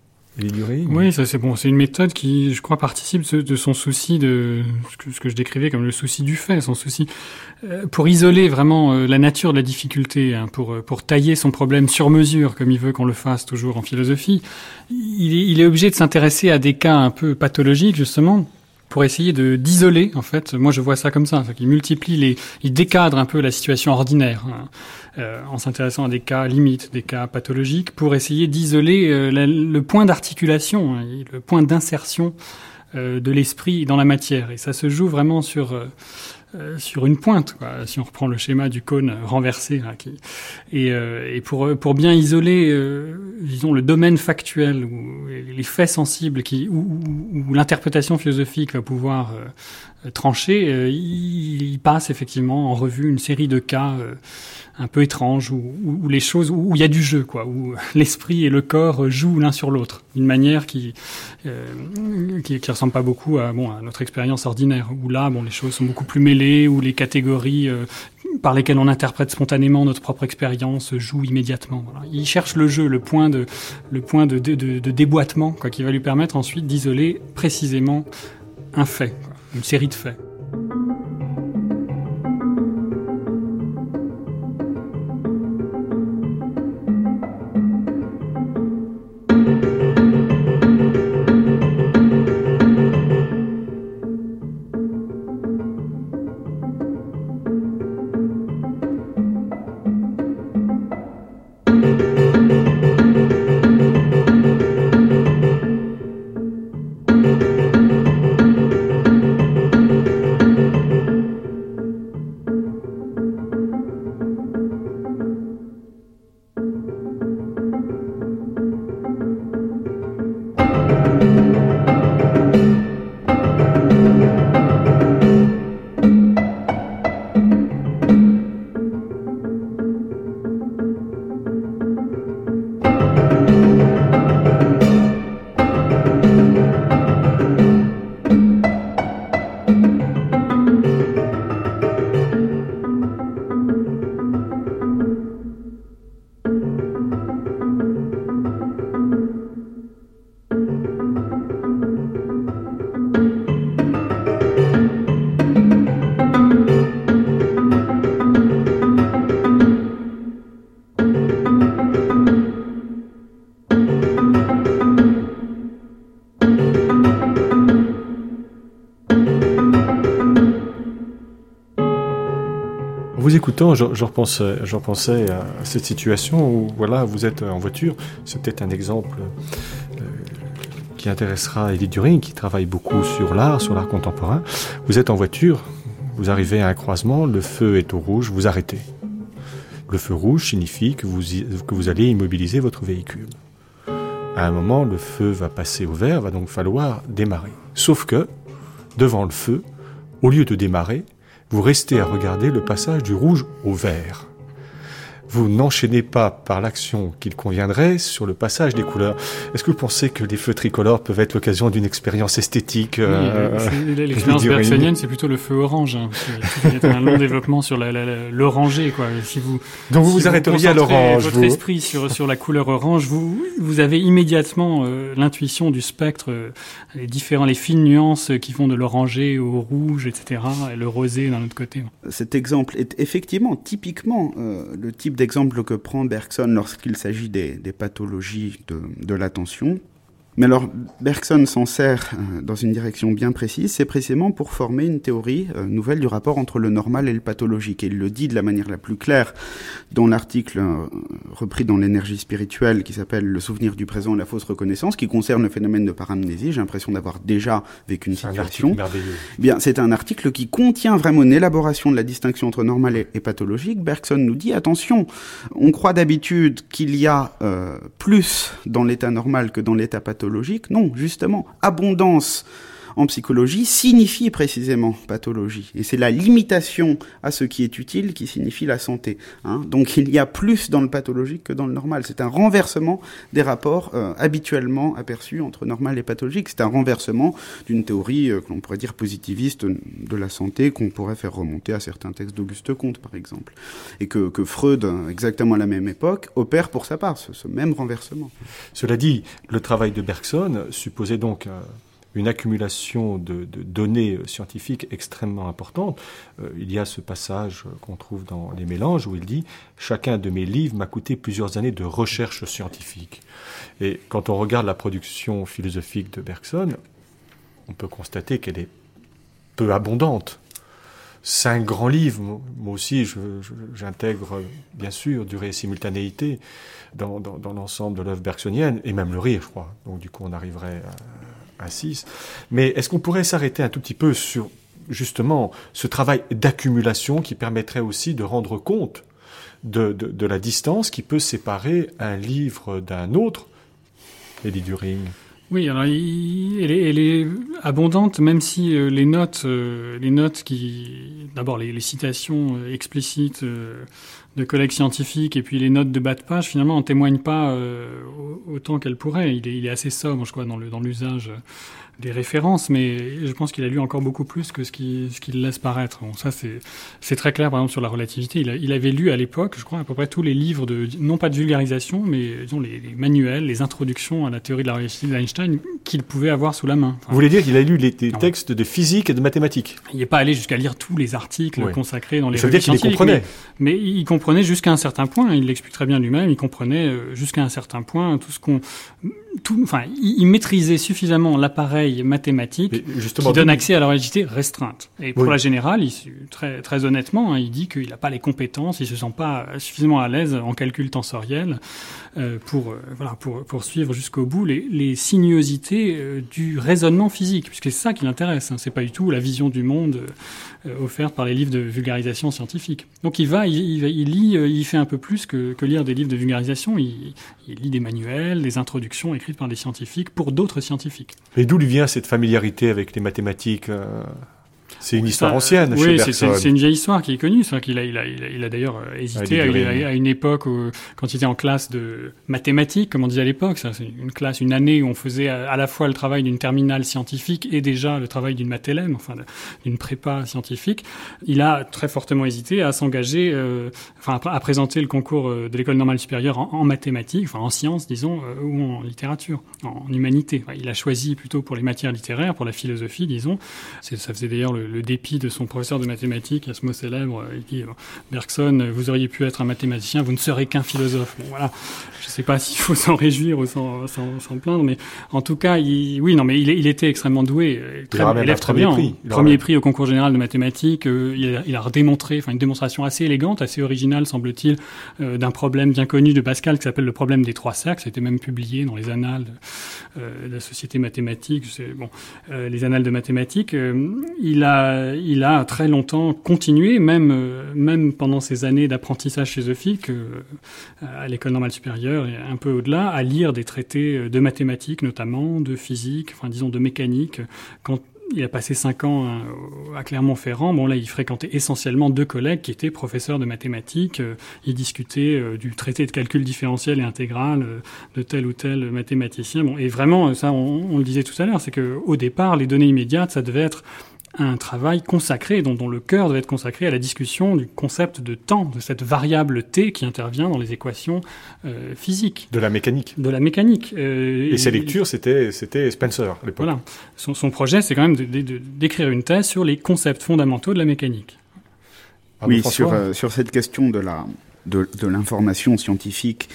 Oui, ça c'est bon. C'est une méthode qui, je crois, participe de son souci de ce que, ce que je décrivais comme le souci du fait, son souci euh, pour isoler vraiment euh, la nature de la difficulté, hein, pour pour tailler son problème sur mesure, comme il veut qu'on le fasse toujours en philosophie. Il est, il est obligé de s'intéresser à des cas un peu pathologiques justement, pour essayer de d'isoler, en fait. Moi, je vois ça comme ça. Il multiplie les, il décadre un peu la situation ordinaire, hein, euh, en s'intéressant à des cas limites, des cas pathologiques, pour essayer d'isoler euh, la, le point d'articulation, hein, le point d'insertion euh, de l'esprit dans la matière. Et ça se joue vraiment sur euh, euh, sur une pointe, quoi, si on reprend le schéma du cône renversé. Là, qui, et, euh, et pour, pour bien isoler, euh, disons, le domaine factuel, ou les faits sensibles, qui, où, où, où l'interprétation philosophique va pouvoir euh, trancher, euh, il, il passe effectivement en revue une série de cas euh, un peu étranges, où, où, où les choses, où, où il y a du jeu, quoi, où l'esprit et le corps jouent l'un sur l'autre, d'une manière qui, euh, qui, qui ressemble pas beaucoup à, bon, à notre expérience ordinaire, où là, bon, les choses sont beaucoup plus mêlées, où les catégories euh, par lesquelles on interprète spontanément notre propre expérience jouent immédiatement. Voilà. Il cherche le jeu, le point de, le point de, de, de, de déboîtement, quoi, qui va lui permettre ensuite d'isoler précisément un fait, quoi, une série de faits. Vous écoutant, je, je, repensais, je repensais à cette situation où voilà, vous êtes en voiture. C'est peut-être un exemple euh, qui intéressera Élie During, qui travaille beaucoup sur l'art, sur l'art contemporain. Vous êtes en voiture, vous arrivez à un croisement, le feu est au rouge, vous arrêtez. Le feu rouge signifie que vous, que vous allez immobiliser votre véhicule. À un moment, le feu va passer au vert, va donc falloir démarrer. Sauf que, devant le feu, au lieu de démarrer, vous restez à regarder le passage du rouge au vert. Vous n'enchaînez pas par l'action qu'il conviendrait sur le passage des couleurs. Est-ce que vous pensez que les feux tricolores peuvent être l'occasion d'une expérience esthétique euh, oui, l'expérience bergsonienne, c'est plutôt le feu orange. Hein, il y a un long développement sur la, la, la, l'orangé. Quoi. Si vous, Donc vous si vous arrêteriez à l'orange. Votre vous... esprit sur, sur la couleur orange, vous, vous avez immédiatement euh, l'intuition du spectre, euh, les différents, les fines nuances qui vont de l'orangé au rouge, et cetera, et le rosé d'un autre côté. Cet exemple est effectivement, typiquement, euh, le type d'exemple que prend Bergson lorsqu'il s'agit des, des pathologies de, de l'attention. Mais alors, Bergson s'en sert euh, dans une direction bien précise, c'est précisément pour former une théorie euh, nouvelle du rapport entre le normal et le pathologique. Et il le dit de la manière la plus claire dans l'article euh, repris dans l'énergie spirituelle qui s'appelle « Le souvenir du présent et la fausse reconnaissance », qui concerne le phénomène de paramnésie. J'ai l'impression d'avoir déjà vécu une c'est situation. Un article merveilleux. Bien, c'est un article qui contient vraiment une élaboration de la distinction entre normal et, et pathologique. Bergson nous dit, attention, on croit d'habitude qu'il y a euh, plus dans l'état normal que dans l'état pathologique. Non, justement, abondance en psychologie signifie précisément pathologie. Et c'est la limitation à ce qui est utile qui signifie la santé. Hein. Donc il y a plus dans le pathologique que dans le normal. C'est un renversement des rapports euh, habituellement aperçus entre normal et pathologique. C'est un renversement d'une théorie euh, que l'on pourrait dire positiviste de la santé, qu'on pourrait faire remonter à certains textes d'Auguste Comte, par exemple. Et que, que Freud, exactement à la même époque, opère pour sa part, ce, ce même renversement. Cela dit, le travail de Bergson supposait donc... Euh... une accumulation de, de données scientifiques extrêmement importante. Euh, il y a ce passage qu'on trouve dans Les Mélanges où il dit « Chacun de mes livres m'a coûté plusieurs années de recherche scientifique ». Et quand on regarde la production philosophique de Bergson, on peut constater qu'elle est peu abondante. Cinq grands livres, moi aussi je, je, j'intègre bien sûr durée et simultanéité dans, dans, dans l'ensemble de l'œuvre bergsonienne, et même le rire, je crois. Donc du coup on arriverait à... à six. Mais est-ce qu'on pourrait s'arrêter un tout petit peu sur justement ce travail d'accumulation qui permettrait aussi de rendre compte de, de, de la distance qui peut séparer un livre d'un autre. Elie During. Oui, alors il, elle, est, elle est abondante, même si euh, les notes, euh, les notes qui, d'abord les, les citations euh, explicites euh, de collègues scientifiques et puis les notes de bas de page, finalement, en témoignent pas euh, autant qu'elles pourraient. Il est, il est assez sobre, je crois, dans le dans l'usage des références, mais je pense qu'il a lu encore beaucoup plus que ce qu'il ce qu'il laisse paraître. Bon, ça c'est c'est très clair, par exemple sur la relativité. Il, a, il avait lu à l'époque, je crois, à peu près tous les livres de, non pas de vulgarisation, mais disons les, les manuels, les introductions à la théorie de la relativité d'Einstein qu'il pouvait avoir sous la main. Enfin, vous voulez dire qu'il a lu les, les textes de physique et de mathématiques? Il n'est pas allé jusqu'à lire tous les articles oui. consacrés dans les revues scientifiques. Ça veut dire qu'il les comprenait. Mais, mais il comprenait jusqu'à un certain point. Il l'explique très bien lui-même. Il comprenait jusqu'à un certain point tout ce qu'on, tout, enfin, il, il maîtrisait suffisamment l'appareil mathématique qui donne accès à la relativité restreinte. Et pour oui. la générale, il, très, très honnêtement, hein, il dit qu'il n'a pas les compétences, il se sent pas suffisamment à l'aise en calcul tensoriel euh, pour, euh, voilà, pour, pour suivre jusqu'au bout les, les sinuosités euh, du raisonnement physique, puisque c'est ça qui l'intéresse. Hein, c'est pas du tout la vision du monde euh, offerte par les livres de vulgarisation scientifique. Donc il va, il, il, il lit, euh, il fait un peu plus que, que lire des livres de vulgarisation. Il, il lit des manuels, des introductions écrites par des scientifiques pour d'autres scientifiques. Et d'où lui vient cette familiarité avec les mathématiques? euh... C'est une histoire ça, ancienne. Oui, chez c'est, c'est une vieille histoire qui est connue. C'est qu'il a, il a, il a, il a d'ailleurs hésité à, à, à une époque où, quand il était en classe de mathématiques, comme on disait à l'époque. Ça, c'est une classe, une année où on faisait à la fois le travail d'une terminale scientifique et déjà le travail d'une mathélème, enfin d'une prépa scientifique. Il a très fortement hésité à s'engager, euh, enfin à, à présenter le concours de l'école normale supérieure en, en mathématiques, enfin en sciences, disons, euh, ou en littérature, en, en humanité. Enfin, il a choisi plutôt pour les matières littéraires, pour la philosophie, disons. C'est, ça faisait d'ailleurs le le dépit de son professeur de mathématiques, à ce mot célèbre, il dit « Bergson, vous auriez pu être un mathématicien, vous ne serez qu'un philosophe. » Bon, voilà. Je ne sais pas s'il faut s'en réjouir ou s'en, s'en, s'en plaindre, mais en tout cas, il, oui, non, mais il, il était extrêmement doué, très, il élève très bien. Prix. Premier prix au concours général de mathématiques. Euh, il, a, il a démontré, enfin, une démonstration assez élégante, assez originale, semble-t-il, euh, d'un problème bien connu de Pascal qui s'appelle le problème des trois cercles. Ça a été même publié dans les annales de, euh, de la Société mathématique, c'est, bon, euh, les annales de mathématiques. Euh, il a Il a très longtemps continué, même, même pendant ses années d'apprentissage philosophique euh, à l'école normale supérieure et un peu au-delà, à lire des traités de mathématiques notamment, de physique, enfin disons de mécanique. Quand il a passé cinq ans à Clermont-Ferrand, bon là il fréquentait essentiellement deux collègues qui étaient professeurs de mathématiques. Il discutait du traité de calcul différentiel et intégral de tel ou tel mathématicien. Bon, et vraiment, ça on, on le disait tout à l'heure, c'est qu'au départ, les données immédiates, ça devait être un travail consacré, dont, dont le cœur devait être consacré à la discussion du concept de temps, de cette variable t qui intervient dans les équations euh, physiques. De la mécanique. De la mécanique. Euh, et, et ses lectures, c'était, c'était Spencer, à l'époque. Voilà. Son, son projet, c'est quand même de, de, de, d'écrire une thèse sur les concepts fondamentaux de la mécanique. Ah, oui, sur, euh, sur cette question de, la, de, de l'information scientifique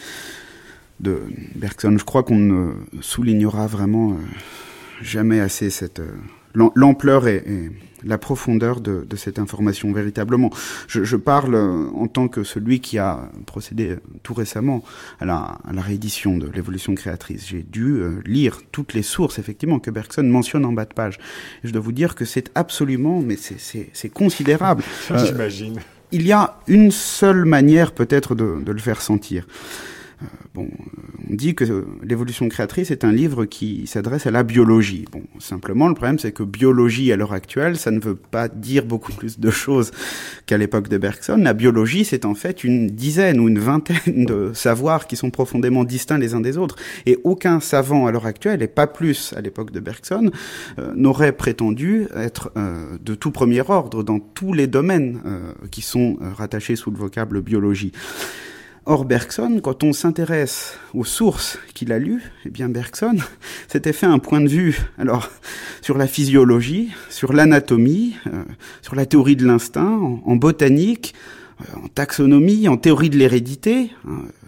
de Bergson, je crois qu'on ne soulignera vraiment euh, jamais assez cette... Euh, l'ampleur et, et la profondeur de, de cette information, véritablement. Je, je parle en tant que celui qui a procédé tout récemment à la, à la réédition de l'évolution créatrice. J'ai dû euh, lire toutes les sources, effectivement, que Bergson mentionne en bas de page. Et je dois vous dire que c'est absolument, mais c'est, c'est, c'est considérable. euh, J'imagine. Il y a une seule manière, peut-être, de, de le faire sentir. Euh, bon, on dit que l'évolution créatrice est un livre qui s'adresse à la biologie. Bon, simplement, le problème, c'est que biologie, à l'heure actuelle, ça ne veut pas dire beaucoup plus de choses qu'à l'époque de Bergson. La biologie, c'est en fait une dizaine ou une vingtaine de savoirs qui sont profondément distincts les uns des autres. Et aucun savant à l'heure actuelle, et pas plus à l'époque de Bergson, euh, n'aurait prétendu être euh, de tout premier ordre dans tous les domaines euh, qui sont euh, rattachés sous le vocable biologie. Or, Bergson, quand on s'intéresse aux sources qu'il a lues, eh bien, Bergson s'était fait un point de vue, alors, sur la physiologie, sur l'anatomie, euh, sur la théorie de l'instinct, en, en botanique, euh, en taxonomie, en théorie de l'hérédité. Hein, bon,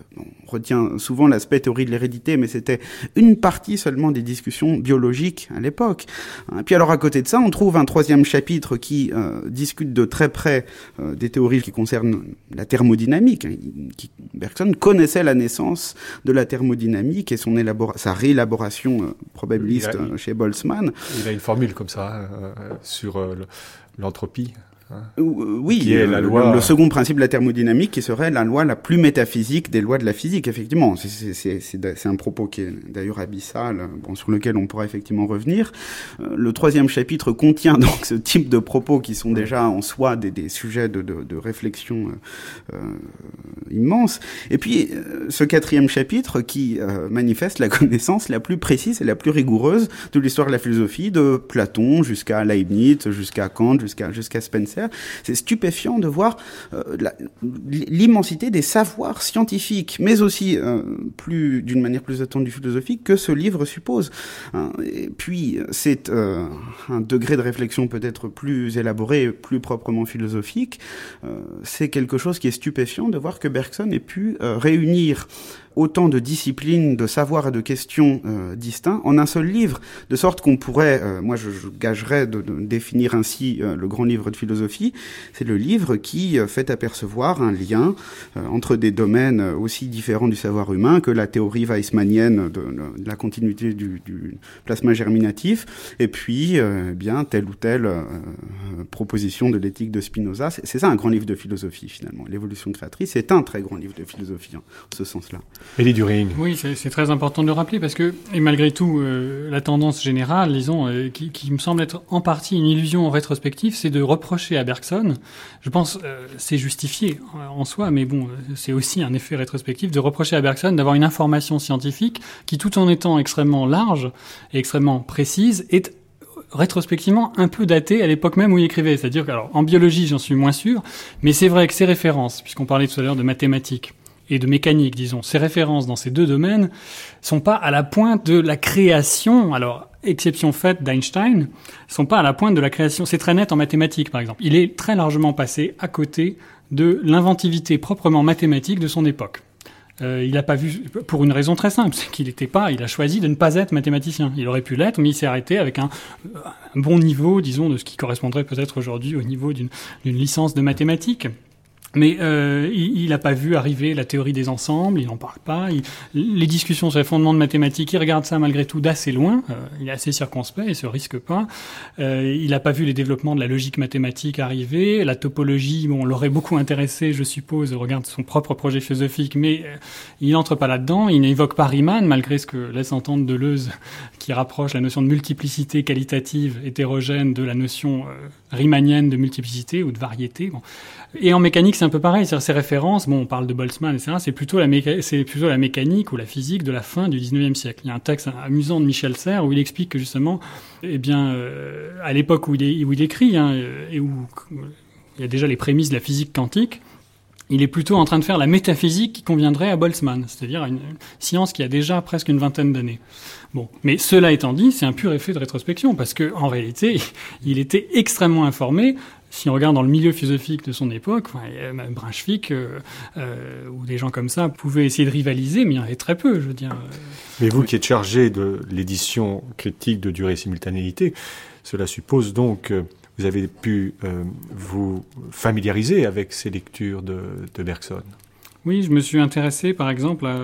retient souvent l'aspect théorie de l'hérédité, mais c'était une partie seulement des discussions biologiques à l'époque. Et puis alors à côté de ça, on trouve un troisième chapitre qui euh, discute de très près euh, des théories qui concernent la thermodynamique. Qui, Bergson connaissait la naissance de la thermodynamique et son élabora- sa réélaboration euh, probabiliste il a, il, chez Boltzmann. Il a une formule comme ça euh, sur euh, l'entropie. Hein, oui, qui est la loi... le, le second principe de la thermodynamique qui serait la loi la plus métaphysique des lois de la physique, effectivement. C'est, c'est, c'est, c'est, c'est un propos qui est d'ailleurs abyssal, bon, sur lequel on pourra effectivement revenir. Euh, le troisième chapitre contient donc ce type de propos qui sont déjà en soi des, des sujets de, de, de réflexion euh, euh, immenses. Et puis, euh, ce quatrième chapitre qui euh, manifeste la connaissance la plus précise et la plus rigoureuse de l'histoire de la philosophie, de Platon jusqu'à Leibniz, jusqu'à Kant, jusqu'à, jusqu'à Spencer. C'est stupéfiant de voir euh, la, l'immensité des savoirs scientifiques, mais aussi euh, plus, d'une manière plus attendue philosophique que ce livre suppose. Hein. Et puis, c'est euh, un degré de réflexion peut-être plus élaboré, plus proprement philosophique. Euh, c'est quelque chose qui est stupéfiant de voir que Bergson ait pu euh, réunir autant de disciplines, de savoirs et de questions euh, distincts en un seul livre, de sorte qu'on pourrait, euh, moi je, je gagerais de, de définir ainsi euh, le grand livre de philosophie, c'est le livre qui euh, fait apercevoir un lien euh, entre des domaines aussi différents du savoir humain que la théorie weissmannienne de, de, de la continuité du, du plasma germinatif, et puis euh, bien telle ou telle euh, proposition de l'éthique de Spinoza. C'est, c'est ça un grand livre de philosophie finalement. L'évolution créatrice est un très grand livre de philosophie en ce sens-là. Élie During. Oui, c'est, c'est très important de le rappeler parce que, et malgré tout, euh, la tendance générale, disons, euh, qui, qui me semble être en partie une illusion rétrospective, c'est de reprocher à Bergson, je pense, euh, c'est justifié en soi, mais bon, c'est aussi un effet rétrospectif, de reprocher à Bergson d'avoir une information scientifique qui, tout en étant extrêmement large et extrêmement précise, est rétrospectivement un peu daté à l'époque même où il écrivait. C'est-à-dire que, alors, en biologie, j'en suis moins sûr, mais c'est vrai que ces références, puisqu'on parlait tout à l'heure de mathématiques, et de mécanique, disons, ces références dans ces deux domaines sont pas à la pointe de la création, alors, exception faite d'Einstein, sont pas à la pointe de la création. C'est très net en mathématiques, par exemple. Il est très largement passé à côté de l'inventivité proprement mathématique de son époque. Euh, il n'a pas vu, pour une raison très simple, c'est qu'il n'était pas, il a choisi de ne pas être mathématicien. Il aurait pu l'être, mais il s'est arrêté avec un, un bon niveau, disons, de ce qui correspondrait peut-être aujourd'hui au niveau d'une, d'une licence de mathématiques. Mais euh, il n'a pas vu arriver la théorie des ensembles, il n'en parle pas. Il, les discussions sur les fondements de mathématiques, il regarde ça malgré tout d'assez loin. Euh, il est assez circonspect, il se risque pas. Euh, il n'a pas vu les développements de la logique mathématique arriver. La topologie, bon, l'aurait beaucoup intéressé, je suppose, regarde son propre projet philosophique, mais euh, il n'entre pas là-dedans. Il n'évoque pas Riemann, malgré ce que laisse entendre Deleuze, qui rapproche la notion de multiplicité qualitative hétérogène de la notion euh, riemannienne de multiplicité ou de variété. Bon. Et en mécanique, c'est un peu pareil. C'est-à-dire ces références, bon, on parle de Boltzmann, et cetera. C'est plutôt la méca... c'est plutôt la mécanique ou la physique de la fin du dix-neuvième siècle. Il y a un texte amusant de Michel Serres où il explique que justement, eh bien, euh, à l'époque où il, est... où il écrit, hein, et où il y a déjà les prémices de la physique quantique, il est plutôt en train de faire la métaphysique qui conviendrait à Boltzmann, c'est-à-dire une science qui a déjà presque une vingtaine d'années. Bon, mais cela étant dit, c'est un pur effet de rétrospection, parce que en réalité, il était extrêmement informé. Si on regarde dans le milieu philosophique de son époque, enfin, Brunswick euh, euh, ou des gens comme ça pouvaient essayer de rivaliser, mais il y en avait très peu, je veux dire. Mais vous qui êtes chargé de l'édition critique de durée et simultanéité, cela suppose donc que vous avez pu euh, vous familiariser avec ces lectures de, de Bergson. Oui, je me suis intéressé, par exemple, à,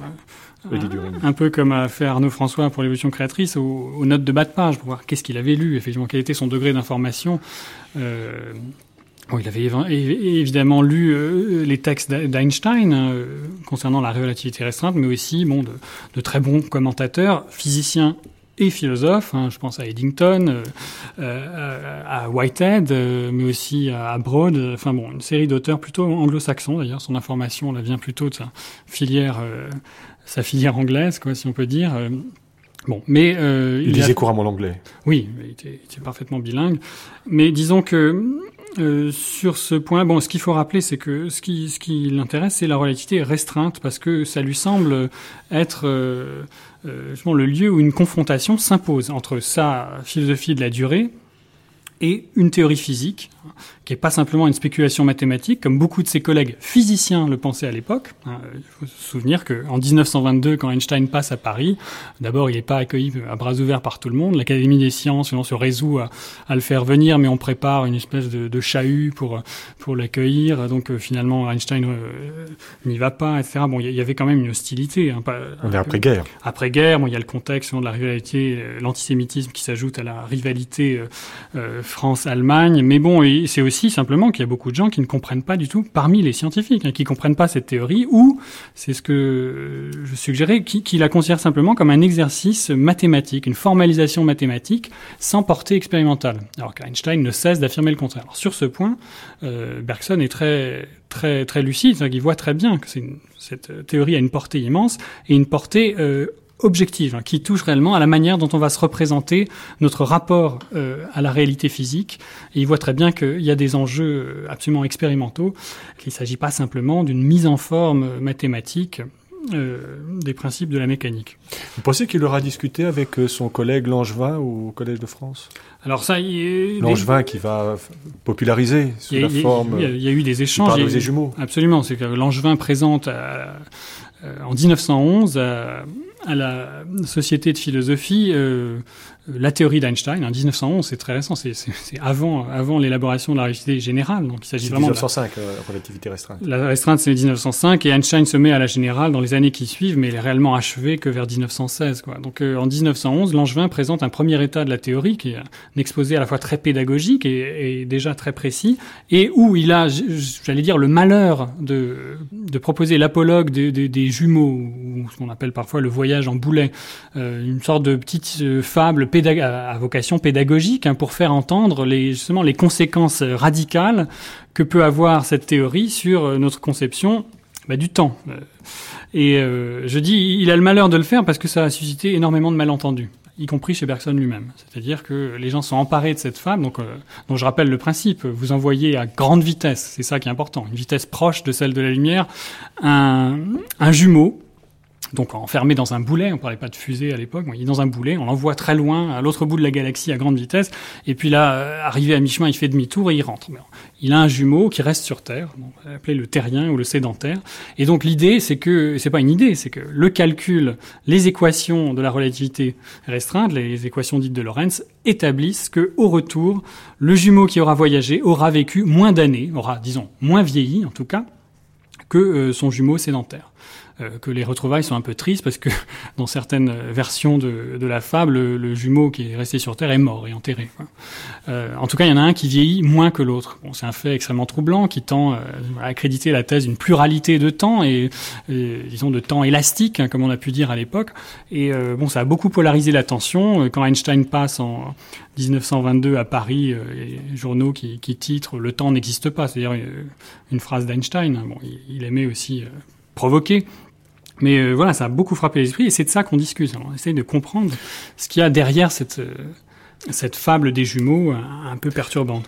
à, à, un peu comme a fait Arnaud François pour l'évolution créatrice, aux, aux notes de bas de page, pour voir qu'est-ce qu'il avait lu, effectivement, quel était son degré d'information. Euh, bon, il avait év- évidemment lu euh, les textes d'Einstein euh, concernant la relativité restreinte, mais aussi bon, de, de très bons commentateurs, physiciens et philosophes, hein, je pense à Eddington, euh, euh, à Whitehead, euh, mais aussi à Broad, euh, enfin bon, une série d'auteurs plutôt anglo-saxons d'ailleurs. Son information, elle vient plutôt de sa filière, euh, sa filière anglaise, quoi, si on peut dire. Euh, bon, mais euh, il, il lisait a... couramment l'anglais. Oui, il était, il était parfaitement bilingue. Mais disons que euh, sur ce point, bon, ce qu'il faut rappeler, c'est que ce qui, ce qui l'intéresse, c'est la relativité restreinte, parce que ça lui semble être euh, Euh, justement le lieu où une confrontation s'impose entre sa philosophie de la durée et une théorie physique, hein, qui n'est pas simplement une spéculation mathématique, comme beaucoup de ses collègues physiciens le pensaient à l'époque. Hein. Il faut se souvenir qu'en dix-neuf cent vingt-deux, quand Einstein passe à Paris, d'abord il n'est pas accueilli à bras ouverts par tout le monde. L'Académie des sciences on se résout à, à le faire venir, mais on prépare une espèce de, de chahut pour, pour l'accueillir. Donc euh, finalement Einstein euh, n'y va pas, et cetera. Bon, il y, y avait quand même une hostilité. Hein, pas, on est après-guerre. Après-guerre, bon, il y a le contexte de la rivalité, l'antisémitisme qui s'ajoute à la rivalité euh, France-Allemagne. Mais bon, c'est aussi simplement qu'il y a beaucoup de gens qui ne comprennent pas du tout, parmi les scientifiques, hein, qui ne comprennent pas cette théorie, ou, c'est ce que je suggérais, qui, qui la considèrent simplement comme un exercice mathématique, une formalisation mathématique sans portée expérimentale. Alors qu'Einstein ne cesse d'affirmer le contraire. Alors, sur ce point, euh, Bergson est très, très, très lucide, c'est-à-dire qu'il voit très bien que c'est une, cette théorie a une portée immense et une portée euh, objective, hein, qui touche réellement à la manière dont on va se représenter notre rapport euh, à la réalité physique. Et il voit très bien qu'il y a des enjeux absolument expérimentaux, qu'il ne s'agit pas simplement d'une mise en forme mathématique euh, des principes de la mécanique. Vous pensez qu'il aura discuté avec son collègue Langevin au Collège de France ? Alors ça, il est... Langevin qui va populariser sous il y a, la forme... Il y, a, il y a eu des échanges. Il parle des jumeaux. Absolument, c'est que Langevin présente à, euh, en dix-neuf cent onze à, à la Société de philosophie euh, la théorie d'Einstein. En dix-neuf cent onze, c'est très récent, c'est, c'est, c'est avant, avant l'élaboration de la relativité générale. Donc il s'agit c'est vraiment dix-neuf cent cinq, la, la relativité restreinte. La restreinte, c'est dix-neuf cent cinq, et Einstein se met à la générale dans les années qui suivent, mais elle est réellement achevée que vers dix-neuf cent seize. Quoi. Donc euh, en dix-neuf cent onze, Langevin présente un premier état de la théorie qui est un exposé à la fois très pédagogique et, et déjà très précis, et où il a, j'allais dire, le malheur de, de proposer l'apologue de, de, des jumeaux, ou ce qu'on appelle parfois le voyage en boulet, euh, une sorte de petite euh, fable pédag- à vocation pédagogique, hein, pour faire entendre les, justement les conséquences radicales que peut avoir cette théorie sur notre conception bah, du temps. Et euh, je dis, il a le malheur de le faire parce que ça a suscité énormément de malentendus, y compris chez Bergson lui-même. C'est-à-dire que les gens sont emparés de cette fable, donc, euh, donc je rappelle le principe, vous envoyez à grande vitesse, c'est ça qui est important, une vitesse proche de celle de la lumière, un, un jumeau, donc enfermé dans un boulet, on parlait pas de fusée à l'époque, bon, il est dans un boulet, on l'envoie très loin, à l'autre bout de la galaxie à grande vitesse, et puis là, euh, arrivé à mi-chemin, il fait demi-tour et il rentre. Bon, il a un jumeau qui reste sur Terre, bon, appelé le terrien ou le sédentaire, et donc l'idée, c'est que, c'est pas une idée, c'est que le calcul, les équations de la relativité restreinte, les équations dites de Lorentz, établissent que, au retour, le jumeau qui aura voyagé aura vécu moins d'années, aura, disons, moins vieilli, en tout cas, que euh, son jumeau sédentaire. Euh, que les retrouvailles sont un peu tristes parce que dans certaines versions de, de la fable, le, le jumeau qui est resté sur Terre est mort et enterré. Quoi. Euh, en tout cas, il y en a un qui vieillit moins que l'autre. Bon, c'est un fait extrêmement troublant qui tend euh, à accréditer la thèse d'une pluralité de temps et, et disons de temps élastique, hein, comme on a pu dire à l'époque. Et euh, bon, ça a beaucoup polarisé l'attention. Quand Einstein passe en dix-neuf cent vingt-deux à Paris, euh, les journaux qui, qui titrent « Le temps n'existe pas », c'est-à-dire une, une phrase d'Einstein. Bon, il, il aimait aussi euh, provoquer. Mais euh, voilà, ça a beaucoup frappé l'esprit et c'est de ça qu'on discute. Alors, on essaye de comprendre ce qu'il y a derrière cette, euh, cette fable des jumeaux un, un peu perturbante.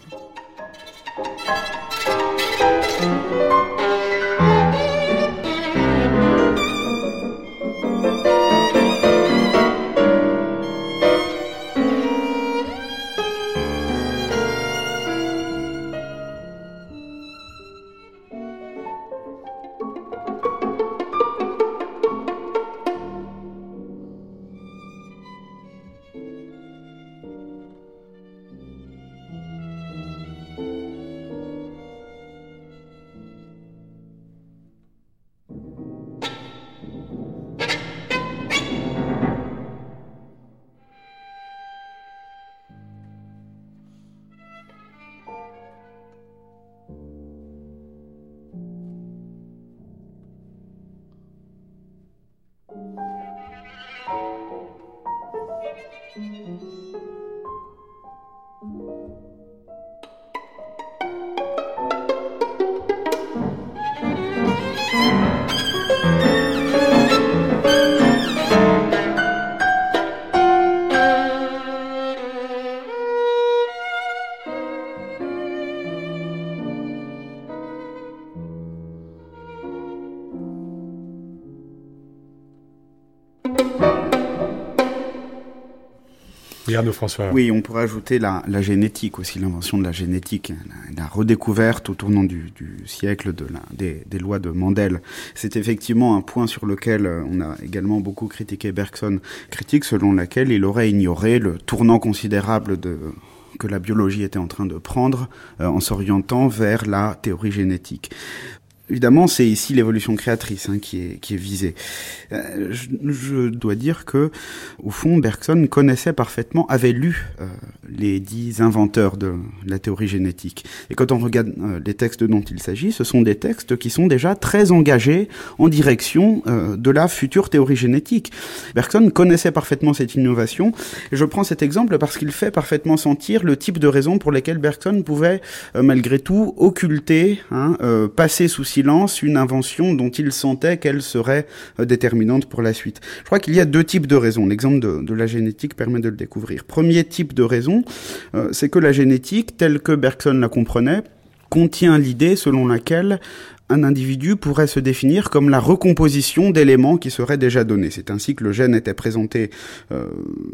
Oui, Arnaud François. Oui, on pourrait ajouter la, la génétique aussi, l'invention de la génétique, la, la redécouverte au tournant du, du siècle de la, des, des lois de Mendel. C'est effectivement un point sur lequel on a également beaucoup critiqué Bergson, critique selon laquelle il aurait ignoré le tournant considérable de que la biologie était en train de prendre euh, en s'orientant vers la théorie génétique. Évidemment, c'est ici l'évolution créatrice hein, qui est qui est visée. Euh, je, je dois dire que, au fond, Bergson connaissait parfaitement, avait lu euh, les dix inventeurs de la théorie génétique. Et quand on regarde euh, les textes dont il s'agit, ce sont des textes qui sont déjà très engagés en direction euh, de la future théorie génétique. Bergson connaissait parfaitement cette innovation. Et je prends cet exemple parce qu'il fait parfaitement sentir le type de raisons pour lesquelles Bergson pouvait, euh, malgré tout, occulter, hein, euh, passer sous silence une invention dont il sentait qu'elle serait euh, déterminante pour la suite. Je crois qu'il y a deux types de raisons. L'exemple de, de la génétique permet de le découvrir. Premier type de raison, euh, c'est que la génétique, telle que Bergson la comprenait, contient l'idée selon laquelle un individu pourrait se définir comme la recomposition d'éléments qui seraient déjà donnés. C'est ainsi que le gène était présenté euh,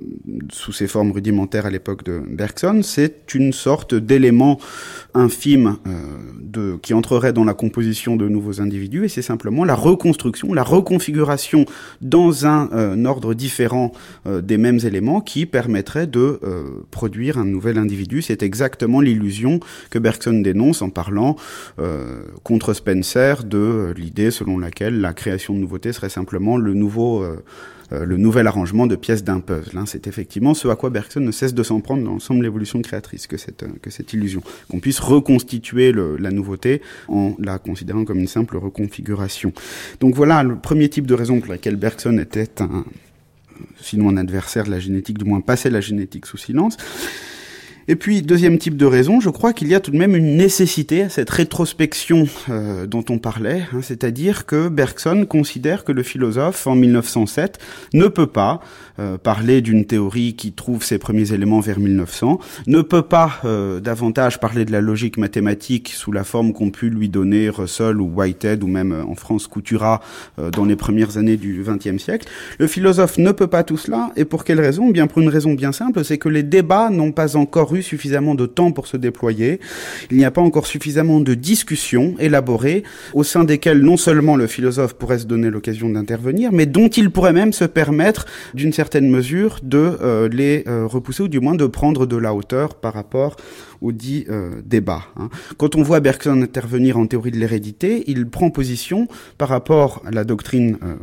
sous ses formes rudimentaires à l'époque de Bergson. C'est une sorte d'élément infime euh, de, qui entrerait dans la composition de nouveaux individus, et c'est simplement la reconstruction, la reconfiguration dans un, euh, un ordre différent euh, des mêmes éléments qui permettrait de euh, produire un nouvel individu. C'est exactement l'illusion que Bergson dénonce en parlant euh, contre Spencer de l'idée selon laquelle la création de nouveautés serait simplement le nouveau euh, euh, le nouvel arrangement de pièces d'un puzzle. Hein. C'est effectivement ce à quoi Bergson ne cesse de s'en prendre dans l'ensemble de l'évolution créatrice, que cette, que cette illusion, qu'on puisse reconstituer le, la nouveauté en la considérant comme une simple reconfiguration. Donc voilà le premier type de raison pour laquelle Bergson était un, sinon un adversaire de la génétique, du moins passait la génétique sous silence. Et puis, deuxième type de raison, je crois qu'il y a tout de même une nécessité à cette rétrospection euh, dont on parlait, hein, c'est-à-dire que Bergson considère que le philosophe, en mille neuf cent sept, ne peut pas euh, parler d'une théorie qui trouve ses premiers éléments vers mille neuf cents, ne peut pas euh, davantage parler de la logique mathématique sous la forme qu'ont pu lui donner Russell ou Whitehead, ou même euh, en France Couturat, euh, dans les premières années du vingtième siècle. Le philosophe ne peut pas tout cela, et pour quelle raison ? Bien pour une raison bien simple, c'est que les débats n'ont pas encore eu suffisamment de temps pour se déployer. Il n'y a pas encore suffisamment de discussions élaborées au sein desquelles non seulement le philosophe pourrait se donner l'occasion d'intervenir, mais dont il pourrait même se permettre, d'une certaine mesure, de euh, les euh, repousser, ou du moins de prendre de la hauteur par rapport aux dits euh, débats. Hein. Quand on voit Bergson intervenir en théorie de l'hérédité, il prend position par rapport à la doctrine euh,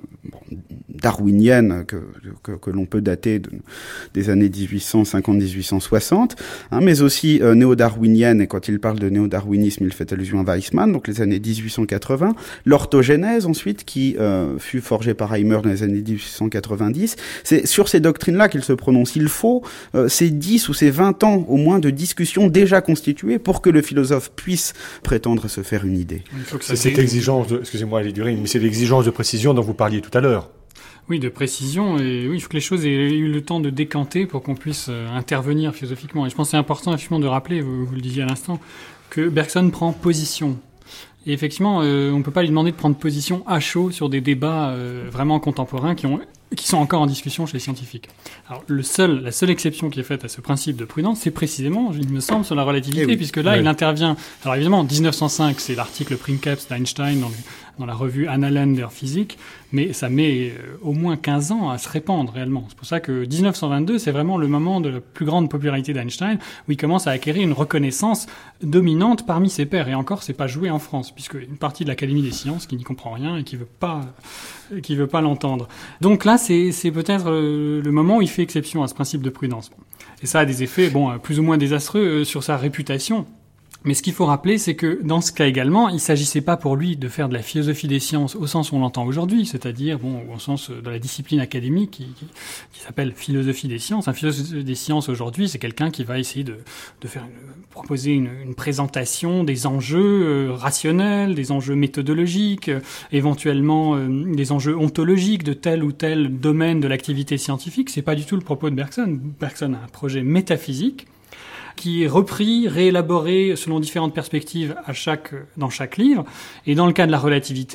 darwinienne que, que, que l'on peut dater de, des années dix-huit cent cinquante à dix-huit cent soixante, hein, mais aussi euh, néo-darwinienne, et quand il parle de néo-darwinisme, il fait allusion à Weissmann, donc les années dix-huit cent quatre-vingts, l'orthogénèse ensuite, qui euh, fut forgée par Heimer dans les années dix-huit cent quatre-vingt-dix. C'est sur ces doctrines-là qu'il se prononce. Il faut euh, ces dix ou ces vingt ans au moins de discussion déjà constituées pour que le philosophe puisse prétendre se faire une idée. C'est cette exigence de, excusez-moi aller durer, mais c'est l'exigence de précision dont vous parliez tout à l'heure. Oui, de précision, et oui, il faut que les choses aient eu le temps de décanter pour qu'on puisse euh, intervenir philosophiquement. Et je pense que c'est important effectivement de rappeler, vous, vous le disiez à l'instant, que Bergson prend position. Et effectivement, euh, on ne peut pas lui demander de prendre position à chaud sur des débats euh, vraiment contemporains qui ont qui sont encore en discussion chez les scientifiques. Alors, le seul, la seule exception qui est faite à ce principe de prudence, c'est précisément, il me semble, sur la relativité, oui. puisque là, oui. il intervient... Alors évidemment, en dix-neuf cent cinq, c'est l'article Princeps d'Einstein dans, le, dans la revue Annalen der Physik, mais ça met euh, au moins quinze ans à se répandre réellement. C'est pour ça que dix-neuf cent vingt-deux, c'est vraiment le moment de la plus grande popularité d'Einstein, où il commence à acquérir une reconnaissance dominante parmi ses pairs. Et encore, c'est pas joué en France, puisque une partie de l'Académie des sciences qui n'y comprend rien et qui veut pas, qui veut pas l'entendre. Donc là, c'est, c'est peut-être le, le moment où il fait exception à ce principe de prudence. Et ça a des effets, bon, plus ou moins désastreux sur sa réputation. Mais ce qu'il faut rappeler, c'est que dans ce cas également, il s'agissait pas pour lui de faire de la philosophie des sciences au sens où on l'entend aujourd'hui, c'est-à-dire bon, au sens de la discipline académique qui, qui, qui s'appelle philosophie des sciences. Un philosophe des sciences aujourd'hui, c'est quelqu'un qui va essayer de, de faire une, proposer une, une présentation des enjeux euh, rationnels, des enjeux méthodologiques, euh, éventuellement euh, des enjeux ontologiques de tel ou tel domaine de l'activité scientifique. C'est pas du tout le propos de Bergson. Bergson a un projet métaphysique qui est repris, réélaboré selon différentes perspectives à chaque, dans chaque livre. Et dans le cas de la relativité,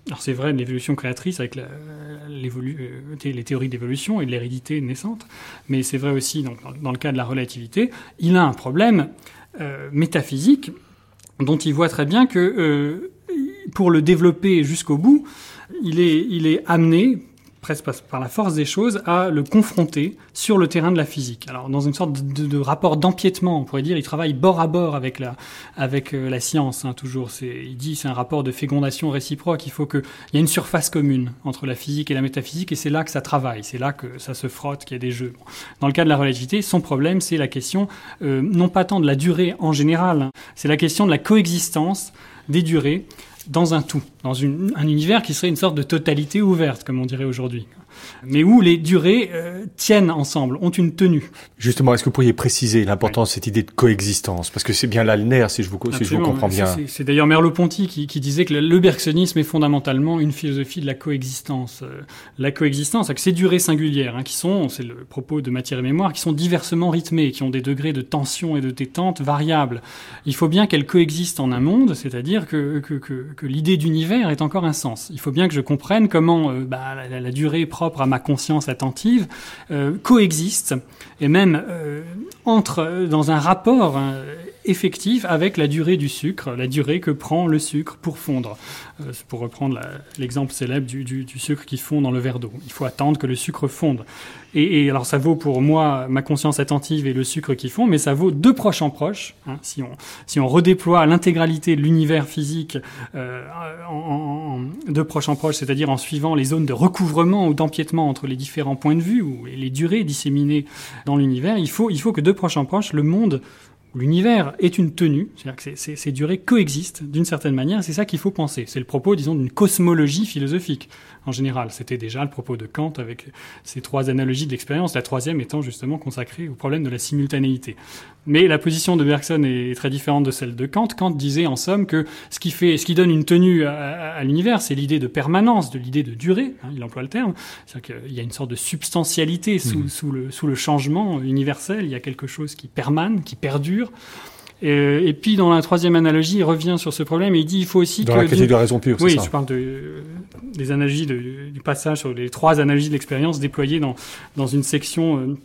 Alors c'est vrai de l'évolution créatrice avec la, l'évolu- euh, les théories d'évolution et de l'hérédité naissante, mais c'est vrai aussi donc, dans le cas de la relativité, il a un problème euh, métaphysique dont il voit très bien que euh, pour le développer jusqu'au bout, il est, il est amené, presque par la force des choses, à le confronter sur le terrain de la physique. Alors, dans une sorte de, de rapport d'empiètement, on pourrait dire, il travaille bord à bord avec la, avec euh, la science, hein, toujours. C'est, il dit, c'est un rapport de fécondation réciproque. Il faut que, il y a une surface commune entre la physique et la métaphysique, et c'est là que ça travaille, c'est là que ça se frotte, qu'il y a des jeux. Dans le cas de la relativité, son problème, c'est la question, euh, non pas tant de la durée en général, hein, c'est la question de la coexistence des durées dans un tout, dans une, un univers qui serait une sorte de totalité ouverte, comme on dirait aujourd'hui, mais où les durées euh, tiennent ensemble, ont une tenue. Justement, est-ce que vous pourriez préciser l'importance de cette idée de coexistence ? Parce que c'est bien là le nerf, si je vous, si je vous comprends bien. C'est, c'est d'ailleurs Merleau-Ponty qui, qui disait que le, le bergsonisme est fondamentalement une philosophie de la coexistence. Euh, la coexistence avec ces durées singulières, hein, qui sont, c'est le propos de Matière et Mémoire, qui sont diversement rythmées, qui ont des degrés de tension et de détente variables. Il faut bien qu'elles coexistent en un monde, c'est-à-dire que, que, que, que l'idée d'univers ait encore un sens. Il faut bien que je comprenne comment euh, bah, la, la durée propre à ma conscience attentive, euh, coexiste et même euh, entre dans un rapport hein, effectif avec la durée du sucre, la durée que prend le sucre pour fondre. Euh, pour reprendre la, l'exemple célèbre du, du, du sucre qui fond dans le verre d'eau. Il faut attendre que le sucre fonde. Et, et alors ça vaut pour moi, ma conscience attentive et le sucre qui fond, mais ça vaut de proche en proche. Hein, si on si on redéploie l'intégralité de l'univers physique euh, en, en, en, de proche en proche, c'est-à-dire en suivant les zones de recouvrement ou d'empiètement entre les différents points de vue ou les durées disséminées dans l'univers, il faut il faut que de proche en proche le monde, l'univers est une tenue, c'est-à-dire que ces, ces, ces durées coexistent d'une certaine manière, c'est ça qu'il faut penser. C'est le propos, disons, d'une cosmologie philosophique, en général. C'était déjà le propos de Kant avec ses trois analogies de l'expérience, la troisième étant justement consacrée au problème de la simultanéité. Mais la position de Bergson est très différente de celle de Kant. Kant disait en somme que ce qui fait, ce qui donne une tenue à, à, à l'univers, c'est l'idée de permanence, de l'idée de durée, hein, il emploie le terme. C'est-à-dire qu'il y a une sorte de substantialité sous, mmh. sous, le, sous le changement universel, il y a quelque chose qui permane, qui perdure. Et, et puis, dans la troisième analogie, il revient sur ce problème et il dit il faut aussi dans que... Dans la critique de la raison pure, oui, c'est ça. Oui, je parle de, des analogies, de, du passage sur les trois analogies de l'expérience déployées dans, dans une section... Euh,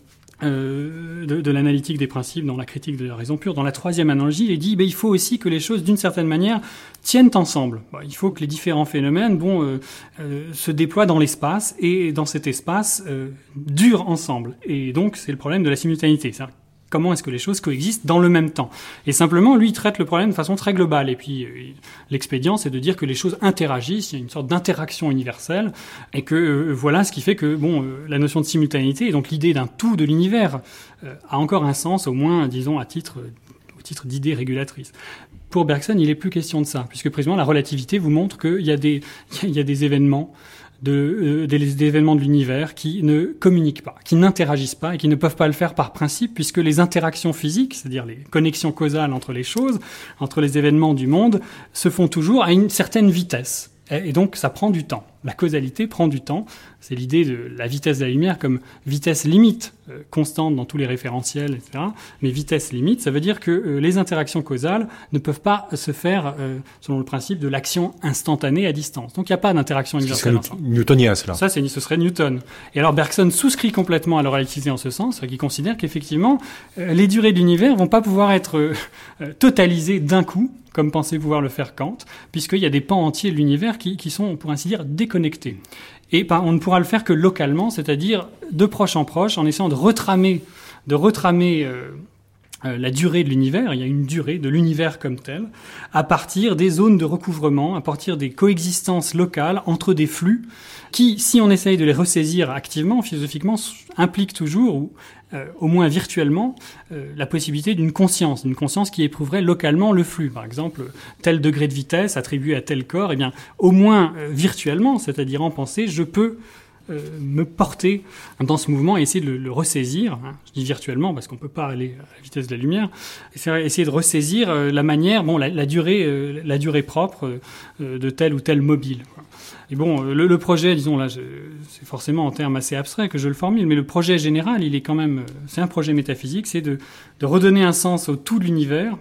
Euh, de, de l'analytique des principes dans la critique de la raison pure. Dans la troisième analogie, il dit ben, il faut aussi que les choses, d'une certaine manière, tiennent ensemble. Bon, il faut que les différents phénomènes bon, euh, euh, se déploient dans l'espace et dans cet espace euh, durent ensemble. Et donc, c'est le problème de la simultanéité. C'est-à-dire, comment est-ce que les choses coexistent dans le même temps ? Et simplement, lui, il traite le problème de façon très globale. Et puis, euh, l'expédient, c'est de dire que les choses interagissent, il y a une sorte d'interaction universelle, et que euh, voilà ce qui fait que bon, euh, la notion de simultanéité, et donc l'idée d'un tout de l'univers, euh, a encore un sens, au moins, disons, à titre, euh, au titre d'idée régulatrice. Pour Bergson, il n'est plus question de ça, puisque précisément la relativité vous montre qu'il y a des, il y a des événements De, euh, des, des événements de l'univers qui ne communiquent pas, qui n'interagissent pas et qui ne peuvent pas le faire par principe, puisque les interactions physiques, c'est-à-dire les connexions causales entre les choses, entre les événements du monde, se font toujours à une certaine vitesse. Et donc, ça prend du temps. La causalité prend du temps. C'est l'idée de la vitesse de la lumière comme vitesse limite, euh, constante dans tous les référentiels, et cetera. Mais vitesse limite, ça veut dire que euh, les interactions causales ne peuvent pas se faire euh, selon le principe de l'action instantanée à distance. Donc, il n'y a pas d'interaction universelle. Ce serait newtonien, cela. Ça, c'est, ce serait Newton. Et alors, Bergson souscrit complètement à la relativité en ce sens, qui considère qu'effectivement, euh, les durées de l'univers vont pas pouvoir être euh, totalisées d'un coup, comme pensait pouvoir le faire Kant, puisqu'il y a des pans entiers de l'univers qui, qui sont, pour ainsi dire, déconnectés. Et ben, on ne pourra le faire que localement, c'est-à-dire de proche en proche, en essayant de retramer, de retramer euh, euh, la durée de l'univers. Il y a une durée de l'univers comme tel, à partir des zones de recouvrement, à partir des coexistences locales entre des flux qui, si on essaye de les ressaisir activement, philosophiquement, impliquent toujours, ou euh, au moins virtuellement, euh, la possibilité d'une conscience, d'une conscience qui éprouverait localement le flux. Par exemple, tel degré de vitesse attribué à tel corps, eh bien, au moins euh, virtuellement, c'est-à-dire en pensée, je peux euh, me porter dans ce mouvement et essayer de le, le ressaisir. Hein. Je dis virtuellement parce qu'on ne peut pas aller à la vitesse de la lumière. Essayer, essayer de ressaisir euh, la manière, bon, la, la durée, euh, la durée propre euh, de tel ou tel mobile, quoi. Et bon, le, le projet, disons là, je, c'est forcément en termes assez abstraits que je le formule, mais le projet général, il est quand même, c'est un projet métaphysique, c'est de, de redonner un sens au tout de l'univers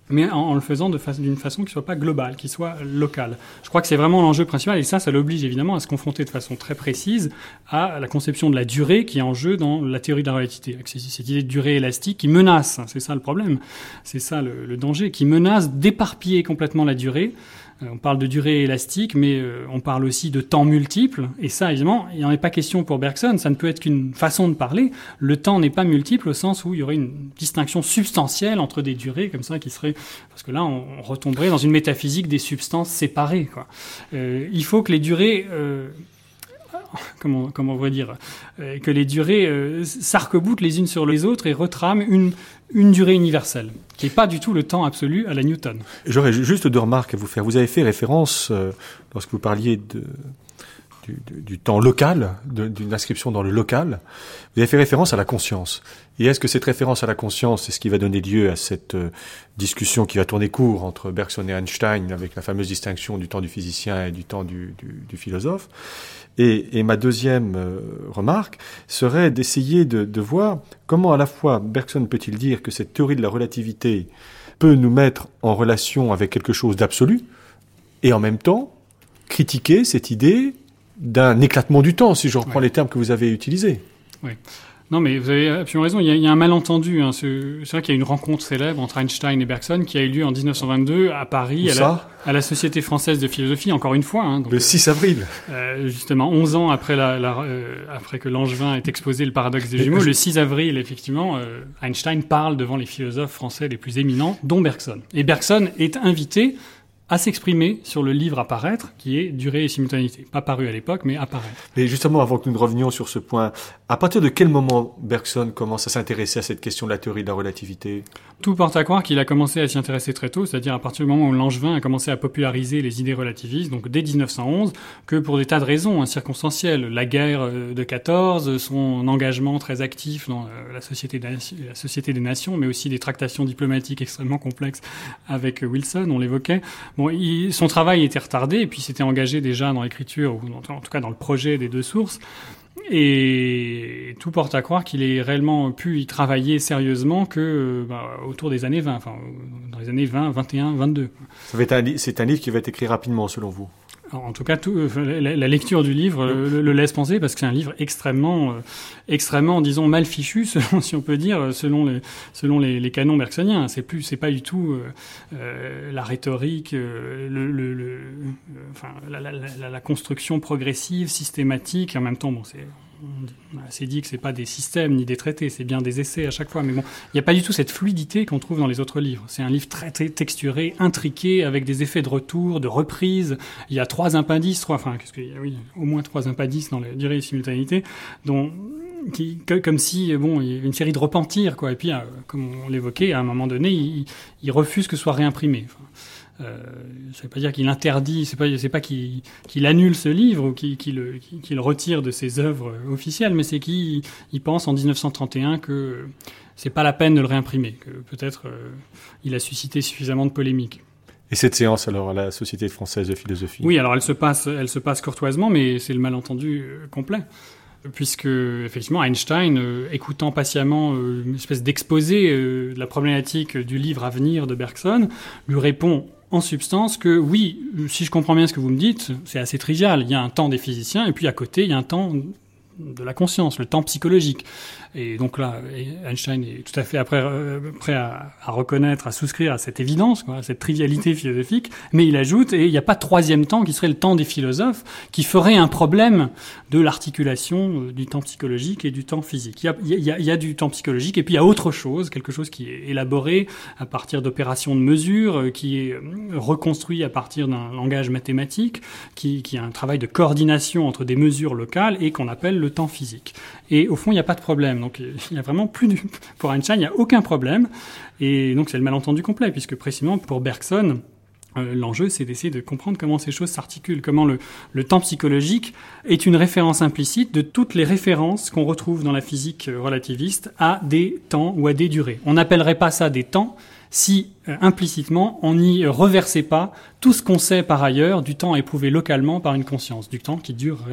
mais en, en le faisant de fa- d'une façon qui ne soit pas globale, qui soit locale. Je crois que c'est vraiment l'enjeu principal, et ça, ça l'oblige évidemment à se confronter de façon très précise à la conception de la durée qui est en jeu dans la théorie de la relativité. Avec cette idée de durée élastique qui menace, c'est ça le problème, c'est ça le, le danger, qui menace d'éparpiller complètement la durée. On parle de durée élastique, mais on parle aussi de temps multiple. Et ça, évidemment, il n'y en est pas question pour Bergson. Ça ne peut être qu'une façon de parler. Le temps n'est pas multiple au sens où il y aurait une distinction substantielle entre des durées comme ça qui seraient... Parce que là, on retomberait dans une métaphysique des substances séparées, quoi. Euh, il faut que les durées... Euh, Comment, comment on va dire, euh, que les durées euh, s'arc-boutent les unes sur les autres et retrament une, une durée universelle, qui n'est pas du tout le temps absolu à la Newton. J'aurais juste deux remarques à vous faire. Vous avez fait référence, euh, lorsque vous parliez de, du, du, du temps local, de, d'une inscription dans le local, vous avez fait référence à la conscience. Et est-ce que cette référence à la conscience, c'est ce qui va donner lieu à cette euh, discussion qui va tourner court entre Bergson et Einstein, avec la fameuse distinction du temps du physicien et du temps du, du, du philosophe? Et, et ma deuxième euh, remarque serait d'essayer de, de voir comment à la fois Bergson peut-il dire que cette théorie de la relativité peut nous mettre en relation avec quelque chose d'absolu, et en même temps critiquer cette idée d'un éclatement du temps, si je reprends ouais. les termes que vous avez utilisés. Oui. Non, mais vous avez absolument raison. Il y a, il y a un malentendu. Hein. C'est, c'est vrai qu'il y a une rencontre célèbre entre Einstein et Bergson qui a eu lieu en dix-neuf cent vingt-deux à Paris, à la, à la Société française de philosophie, encore une fois. Hein, donc, le six avril. Euh, justement, onze ans après, la, la, euh, après que Langevin ait exposé le paradoxe des Jumeaux, le six avril, effectivement, euh, Einstein parle devant les philosophes français les plus éminents, dont Bergson. Et Bergson est invité à s'exprimer sur le livre à paraître, qui est Durée et simultanéité. Pas paru à l'époque, mais à paraître. Mais justement, avant que nous ne revenions sur ce point, à partir de quel moment Bergson commence à s'intéresser à cette question de la théorie de la relativité ? Tout porte à croire qu'il a commencé à s'y intéresser très tôt, c'est-à-dire à partir du moment où Langevin a commencé à populariser les idées relativistes, donc dès dix-neuf cent onze, que pour des tas de raisons hein, circonstancielles, la guerre de quatorze, son engagement très actif dans la Société, de, la Société des Nations, mais aussi des tractations diplomatiques extrêmement complexes avec Wilson, on l'évoquait. Bon, il, son travail était retardé, et puis il s'était engagé déjà dans l'écriture, ou en tout cas dans le projet des deux sources, et tout porte à croire qu'il ait réellement pu y travailler sérieusement que bah, autour des années vingt, enfin dans les années vingt, vingt et un, vingt-deux. Ça va être un, c'est un livre qui va être écrit rapidement, selon vous ? Alors, en tout cas, tout, euh, la, la lecture du livre euh, le, le laisse penser, parce que c'est un livre extrêmement, euh, extrêmement, disons, mal fichu, selon, si on peut dire, selon les, selon les, les canons bergsoniens. C'est plus, c'est pas du tout euh, euh, la rhétorique, euh, le, le, le, euh, enfin, la, la, la, la construction progressive, systématique. En même temps, bon, c'est on s'est dit que c'est pas des systèmes ni des traités, c'est bien des essais à chaque fois. Mais bon, il n'y a pas du tout cette fluidité qu'on trouve dans les autres livres. C'est un livre très, très texturé, intriqué, avec des effets de retour, de reprise. Il y a trois impendices, trois, enfin, qu'est-ce qu'il y a, oui, au moins trois impendices dans la durée et simultanéité, dont, qui, que, comme si, bon, il y a une série de repentirs, quoi. Et puis, euh, comme on l'évoquait, à un moment donné, il, il refuse que ce soit réimprimé. Enfin, Euh, ça veut pas dire qu'il interdit, c'est pas, c'est pas qu'il, qu'il annule ce livre ou qu'il, qu'il, qu'il, qu'il retire de ses œuvres officielles, mais c'est qu'il il pense en dix-neuf cent trente et un que c'est pas la peine de le réimprimer, que peut-être euh, il a suscité suffisamment de polémiques. Et cette séance, alors, à la Société française de philosophie ? Oui, alors elle se passe, elle se passe courtoisement, mais c'est le malentendu euh, complet. Puisque, effectivement, Einstein, euh, écoutant patiemment euh, une espèce d'exposé euh, de la problématique du livre à venir de Bergson, lui répond en substance que, oui, si je comprends bien ce que vous me dites, c'est assez trivial. Il y a un temps des physiciens, et puis à côté, il y a un temps de la conscience, le temps psychologique. Et donc là, Einstein est tout à fait après, euh, prêt à, à reconnaître, à souscrire à cette évidence, quoi, à cette trivialité philosophique, mais il ajoute, et il n'y a pas de troisième temps qui serait le temps des philosophes, qui ferait un problème de l'articulation euh, du temps psychologique et du temps physique. Il y a, il y a, il y a du temps psychologique, et puis il y a autre chose, quelque chose qui est élaboré à partir d'opérations de mesure, euh, qui est reconstruit à partir d'un langage mathématique, qui, qui a un travail de coordination entre des mesures locales, et qu'on appelle le temps physique. Et au fond, il n'y a pas de problème. Donc, il n'y a vraiment plus du... Pour Einstein, il n'y a aucun problème. Et donc, c'est le malentendu complet, puisque précisément, pour Bergson, euh, l'enjeu, c'est d'essayer de comprendre comment ces choses s'articulent, comment le, le temps psychologique est une référence implicite de toutes les références qu'on retrouve dans la physique relativiste à des temps ou à des durées. On n'appellerait pas ça des temps si, euh, implicitement, on n'y reversait pas tout ce qu'on sait par ailleurs du temps éprouvé localement par une conscience, du temps qui dure réellement.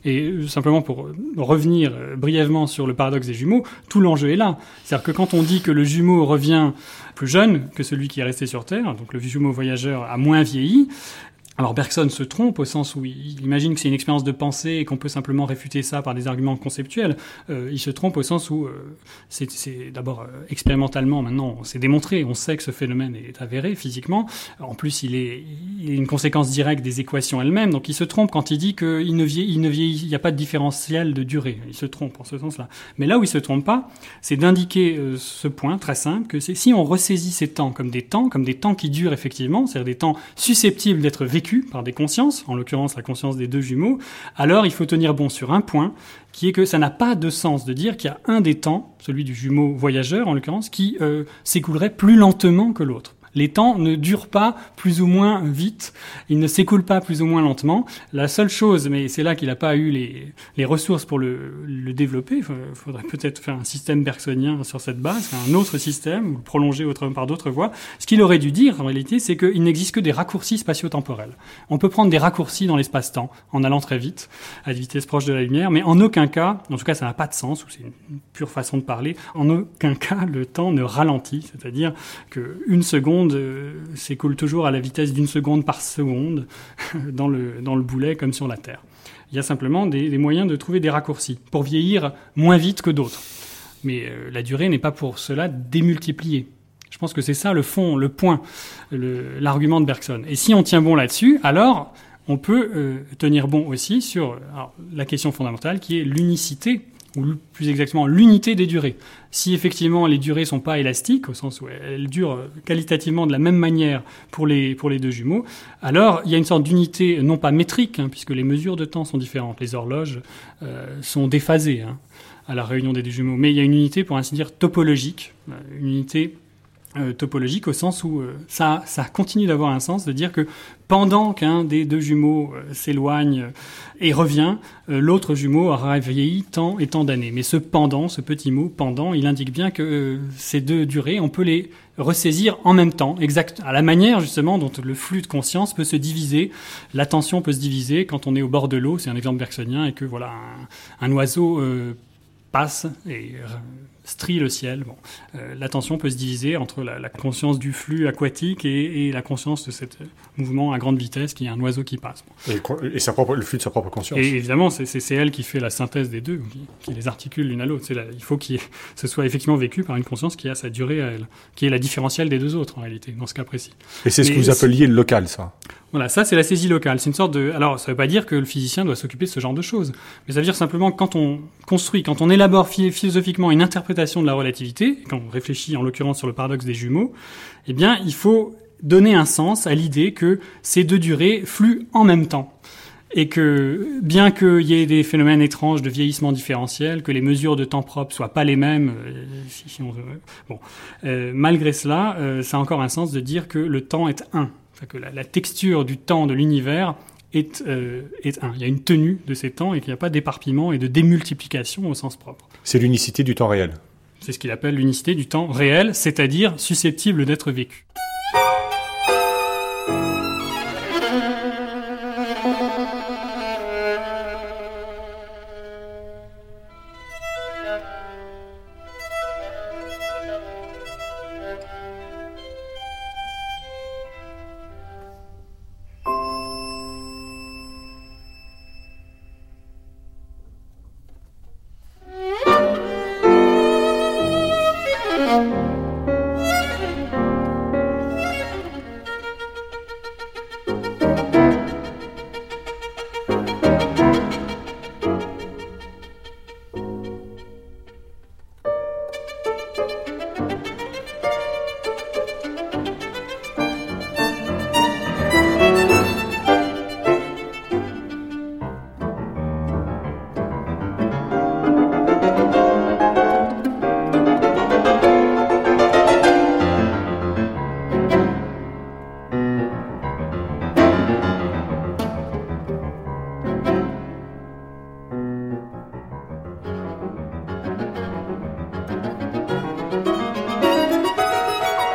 Et simplement pour revenir brièvement sur le paradoxe des jumeaux, tout l'enjeu est là. C'est-à-dire que quand on dit que le jumeau revient plus jeune que celui qui est resté sur Terre, donc le jumeau voyageur a moins vieilli, alors Bergson se trompe au sens où il imagine que c'est une expérience de pensée et qu'on peut simplement réfuter ça par des arguments conceptuels. Euh, il se trompe au sens où euh, c'est, c'est d'abord euh, expérimentalement, maintenant c'est démontré, on sait que ce phénomène est avéré physiquement. En plus, il est, il est une conséquence directe des équations elles-mêmes. Donc il se trompe quand il dit qu'il ne vieillit, il ne vieillit, il n'y a pas de différentiel de durée. Il se trompe en ce sens-là. Mais là où il se trompe pas, c'est d'indiquer euh, ce point très simple que c'est si on ressaisit ces temps comme des temps, comme des temps qui durent effectivement, c'est-à-dire des temps susceptibles d'être vécus par des consciences, en l'occurrence la conscience des deux jumeaux, alors il faut tenir bon sur un point, qui est que ça n'a pas de sens de dire qu'il y a un des temps, celui du jumeau voyageur en l'occurrence, qui euh, s'écoulerait plus lentement que l'autre. Les temps ne durent pas plus ou moins vite, ils ne s'écoulent pas plus ou moins lentement. La seule chose, mais c'est là qu'il n'a pas eu les, les ressources pour le, le développer, il faudrait peut-être faire un système bergsonien sur cette base, un autre système, ou le prolonger autrement par d'autres voies. Ce qu'il aurait dû dire, en réalité, c'est qu'il n'existe que des raccourcis spatio-temporels. On peut prendre des raccourcis dans l'espace-temps, en allant très vite, à des vitesses proches de la lumière, mais en aucun cas, en tout cas ça n'a pas de sens, ou c'est une pure façon de parler, en aucun cas le temps ne ralentit, c'est-à-dire qu'une seconde s'écoule toujours à la vitesse d'une seconde par seconde dans le, dans le boulet comme sur la Terre. Il y a simplement des, des moyens de trouver des raccourcis pour vieillir moins vite que d'autres. Mais euh, la durée n'est pas pour cela démultipliée. Je pense que c'est ça le fond, le point, le, l'argument de Bergson. Et si on tient bon là-dessus, alors on peut euh, tenir bon aussi sur alors, la question fondamentale qui est l'unicité, ou plus exactement l'unité des durées. Si effectivement les durées sont pas élastiques, au sens où elles durent qualitativement de la même manière pour les, pour les deux jumeaux, alors il y a une sorte d'unité, non pas métrique, hein, puisque les mesures de temps sont différentes, les horloges euh, sont déphasées hein, à la réunion des deux jumeaux, mais il y a une unité, pour ainsi dire, topologique, une unité Euh, topologique au sens où euh, ça, ça continue d'avoir un sens de dire que pendant qu'un des deux jumeaux euh, s'éloigne euh, et revient, euh, l'autre jumeau aura vieilli tant et tant d'années. Mais ce pendant, ce petit mot pendant, il indique bien que euh, ces deux durées, on peut les ressaisir en même temps, exact, à la manière justement dont le flux de conscience peut se diviser, l'attention peut se diviser quand on est au bord de l'eau, c'est un exemple bergsonien, et que voilà un, un oiseau euh, passe et euh, strie le ciel. Bon. Euh, l'attention peut se diviser entre la, la conscience du flux aquatique et, et la conscience de ce mouvement à grande vitesse qui est un oiseau qui passe. Bon. Et, et sa propre, le flux de sa propre conscience. Et évidemment, c'est, c'est, c'est elle qui fait la synthèse des deux, qui, qui les articule l'une à l'autre. C'est la, il faut que ce soit effectivement vécu par une conscience qui a sa durée à elle, qui est la différentielle des deux autres en réalité, dans ce cas précis. Et c'est Mais ce que vous appeliez le local, ça. Voilà, ça c'est la saisie locale. C'est une sorte de. Alors, ça ne veut pas dire que le physicien doit s'occuper de ce genre de choses, mais ça veut dire simplement que quand on construit, quand on élabore philosophiquement une interprétation de la relativité, quand on réfléchit en l'occurrence sur le paradoxe des jumeaux, eh bien, il faut donner un sens à l'idée que ces deux durées fluent en même temps. Et que, bien qu'il y ait des phénomènes étranges de vieillissement différentiel, que les mesures de temps propre soient pas les mêmes, euh, si, si on, euh, bon, euh, malgré cela, euh, ça a encore un sens de dire que le temps est un. Que la, la texture du temps de l'univers est, euh, est un. Il y a une tenue de ces temps et qu'il n'y a pas d'éparpillement et de démultiplication au sens propre. C'est l'unicité du temps réel. C'est ce qu'il appelle l'unicité du temps réel, c'est-à-dire susceptible d'être vécu.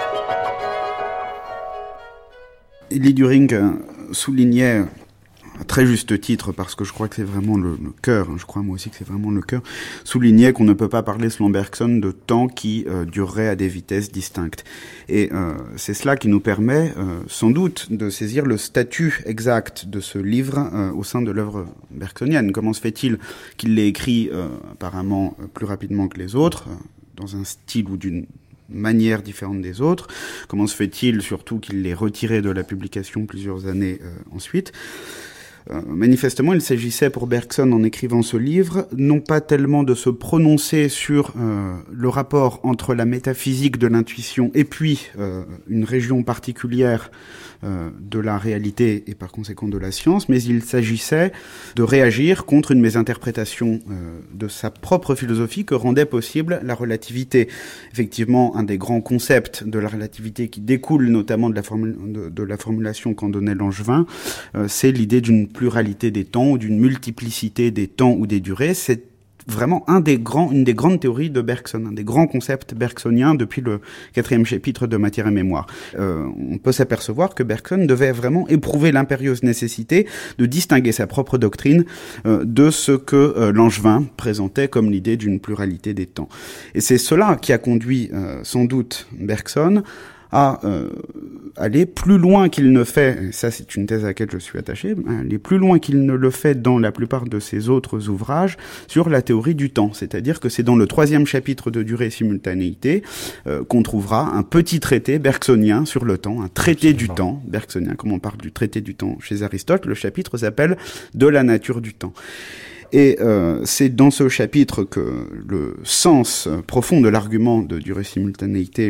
Lee During soulignait très juste titre, parce que je crois que c'est vraiment le, le cœur, hein, je crois moi aussi que c'est vraiment le cœur, soulignait qu'on ne peut pas parler, selon Bergson, de temps qui euh, durerait à des vitesses distinctes. Et euh, c'est cela qui nous permet, euh, sans doute, de saisir le statut exact de ce livre euh, au sein de l'œuvre bergsonienne. Comment se fait-il qu'il l'ait écrit euh, apparemment plus rapidement que les autres, euh, dans un style ou d'une manière différente des autres? Comment se fait-il surtout qu'il l'ait retiré de la publication plusieurs années euh, ensuite? Euh, manifestement, il s'agissait pour Bergson, en écrivant ce livre, non pas tellement de se prononcer sur euh, le rapport entre la métaphysique de l'intuition et puis euh, une région particulière euh, de la réalité et par conséquent de la science, mais il s'agissait de réagir contre une mésinterprétation euh, de sa propre philosophie que rendait possible la relativité. Effectivement, un des grands concepts de la relativité qui découle notamment de la, formule, de, de la formulation qu'en donnait Langevin, euh, c'est l'idée d'une pluralité des temps ou d'une multiplicité des temps ou des durées. C'est vraiment un des grands, une des grandes théories de Bergson, un des grands concepts bergsoniens depuis le quatrième chapitre de Matière et Mémoire. Euh, on peut s'apercevoir que Bergson devait vraiment éprouver l'impérieuse nécessité de distinguer sa propre doctrine euh, de ce que euh, Langevin présentait comme l'idée d'une pluralité des temps. Et c'est cela qui a conduit euh, sans doute Bergson à euh, aller plus loin qu'il ne fait, et ça c'est une thèse à laquelle je suis attaché, aller plus loin qu'il ne le fait dans la plupart de ses autres ouvrages sur la théorie du temps. C'est-à-dire que c'est dans le troisième chapitre de Durée et simultanéité euh, qu'on trouvera un petit traité bergsonien sur le temps, un traité Absolument. du temps bergsonien. Comme on parle du traité du temps chez Aristote, le chapitre s'appelle « De la nature du temps ». Et euh, c'est dans ce chapitre que le sens profond de l'argument de durée simultanéité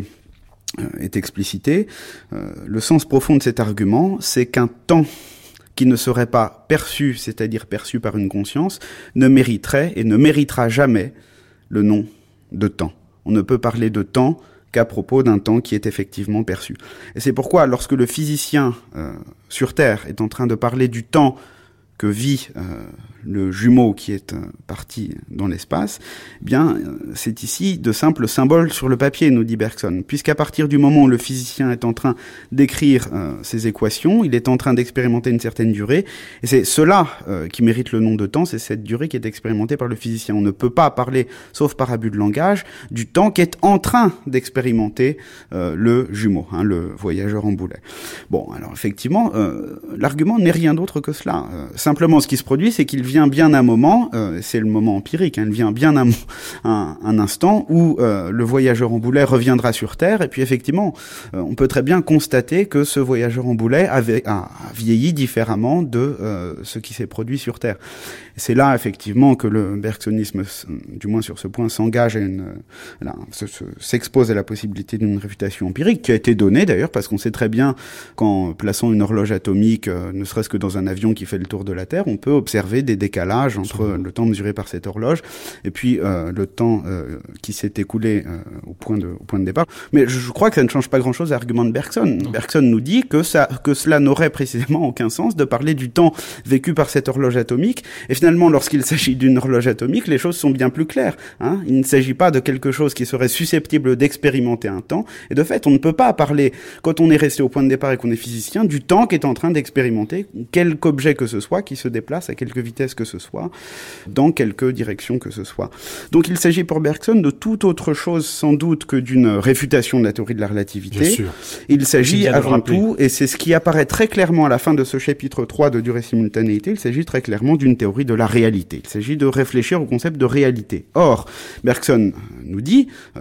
est explicité. Euh, le sens profond de cet argument, c'est qu'un temps qui ne serait pas perçu, c'est-à-dire perçu par une conscience, ne mériterait et ne méritera jamais le nom de temps. On ne peut parler de temps qu'à propos d'un temps qui est effectivement perçu. Et c'est pourquoi, lorsque le physicien euh, sur Terre est en train de parler du temps que vit euh, le jumeau qui est euh, parti dans l'espace, eh bien, euh, c'est ici de simples symboles sur le papier, nous dit Bergson, puisqu'à partir du moment où le physicien est en train d'écrire euh, ses équations, il est en train d'expérimenter une certaine durée, et c'est cela euh, qui mérite le nom de temps, c'est cette durée qui est expérimentée par le physicien. On ne peut pas parler, sauf par abus de langage, du temps qui est en train d'expérimenter euh, le jumeau, hein, le voyageur en boulet. Bon, alors effectivement, euh, l'argument n'est rien d'autre que cela. Euh, Simplement, ce qui se produit, c'est qu'il vient bien un moment, euh, c'est le moment empirique, hein, il vient bien un, un, un instant où euh, le voyageur en boulet reviendra sur Terre, et puis effectivement, euh, on peut très bien constater que ce voyageur en boulet avait, a, a vieilli différemment de euh, ce qui s'est produit sur Terre. Et c'est là, effectivement, que le bergsonisme, du moins sur ce point, s'engage à une, là, se, se, s'expose à la possibilité d'une réfutation empirique, qui a été donnée d'ailleurs, parce qu'on sait très bien qu'en plaçant une horloge atomique, euh, ne serait-ce que dans un avion qui fait le tour de la Terre, on peut observer des décalages entre le temps mesuré par cette horloge et puis euh, le temps euh, qui s'est écoulé euh, au point de au point de départ. Mais je, je crois que ça ne change pas grand-chose à l'argument de Bergson. Non. Bergson nous dit que ça que cela n'aurait précisément aucun sens de parler du temps vécu par cette horloge atomique. Et finalement, lorsqu'il s'agit d'une horloge atomique, les choses sont bien plus claires. Hein. Il ne s'agit pas de quelque chose qui serait susceptible d'expérimenter un temps. Et de fait, on ne peut pas parler, quand on est resté au point de départ et qu'on est physicien, du temps qui est en train d'expérimenter quelque objet que ce soit, qui se déplace à quelque vitesse que ce soit, dans quelque direction que ce soit. Donc il s'agit pour Bergson de toute autre chose sans doute que d'une réfutation de la théorie de la relativité. Bien sûr. Il s'agit avant tout, et c'est ce qui apparaît très clairement à la fin de ce chapitre trois de Durée et simultanéité, il s'agit très clairement d'une théorie de la réalité. Il s'agit de réfléchir au concept de réalité. Or, Bergson nous dit... Euh,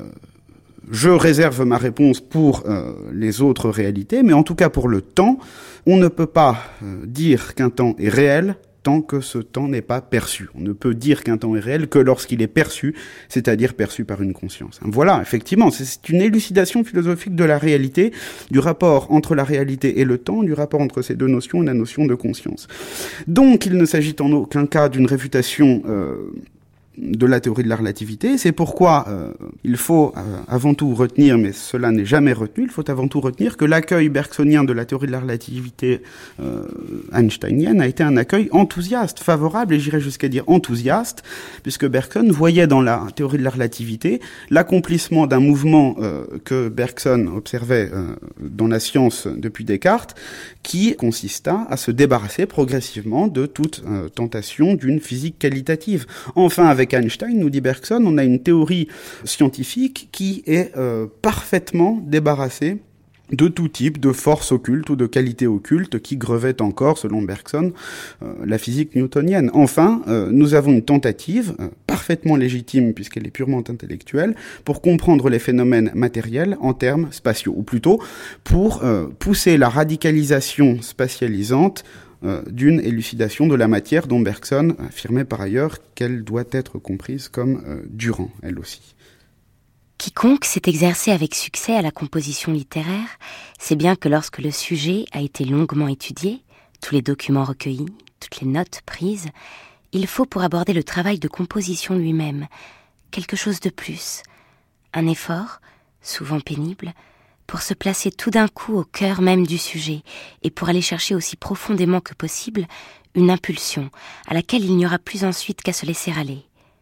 Je réserve ma réponse pour euh, les autres réalités, mais en tout cas pour le temps, on ne peut pas euh, dire qu'un temps est réel tant que ce temps n'est pas perçu. On ne peut dire qu'un temps est réel que lorsqu'il est perçu, c'est-à-dire perçu par une conscience. Voilà, effectivement, c'est une élucidation philosophique de la réalité, du rapport entre la réalité et le temps, du rapport entre ces deux notions et la notion de conscience. Donc, il ne s'agit en aucun cas d'une réfutation... Euh, de la théorie de la relativité. C'est pourquoi euh, il faut euh, avant tout retenir, mais cela n'est jamais retenu, il faut avant tout retenir que l'accueil bergsonien de la théorie de la relativité euh, einsteinienne a été un accueil enthousiaste, favorable, et j'irais jusqu'à dire enthousiaste, puisque Bergson voyait dans la théorie de la relativité l'accomplissement d'un mouvement euh, que Bergson observait euh, dans la science depuis Descartes, qui consista à se débarrasser progressivement de toute euh, tentation d'une physique qualitative. Enfin, avec Einstein, nous dit Bergson, on a une théorie scientifique qui est euh, parfaitement débarrassée de tout type de force occulte ou de qualité occulte qui grevait encore, selon Bergson, euh, la physique newtonienne. Enfin, euh, nous avons une tentative, euh, parfaitement légitime puisqu'elle est purement intellectuelle, pour comprendre les phénomènes matériels en termes spatiaux, ou plutôt pour euh, pousser la radicalisation spatialisante euh, d'une élucidation de la matière dont Bergson affirmait par ailleurs qu'elle doit être comprise comme euh, durant, elle aussi. Quiconque s'est exercé avec succès à la composition littéraire sait bien que lorsque le sujet a été longuement étudié, tous les documents recueillis, toutes les notes prises, il faut pour aborder le travail de composition lui-même quelque chose de plus, un effort, souvent pénible, pour se placer tout d'un coup au cœur même du sujet et pour aller chercher aussi profondément que possible une impulsion à laquelle il n'y aura plus ensuite qu'à se laisser aller.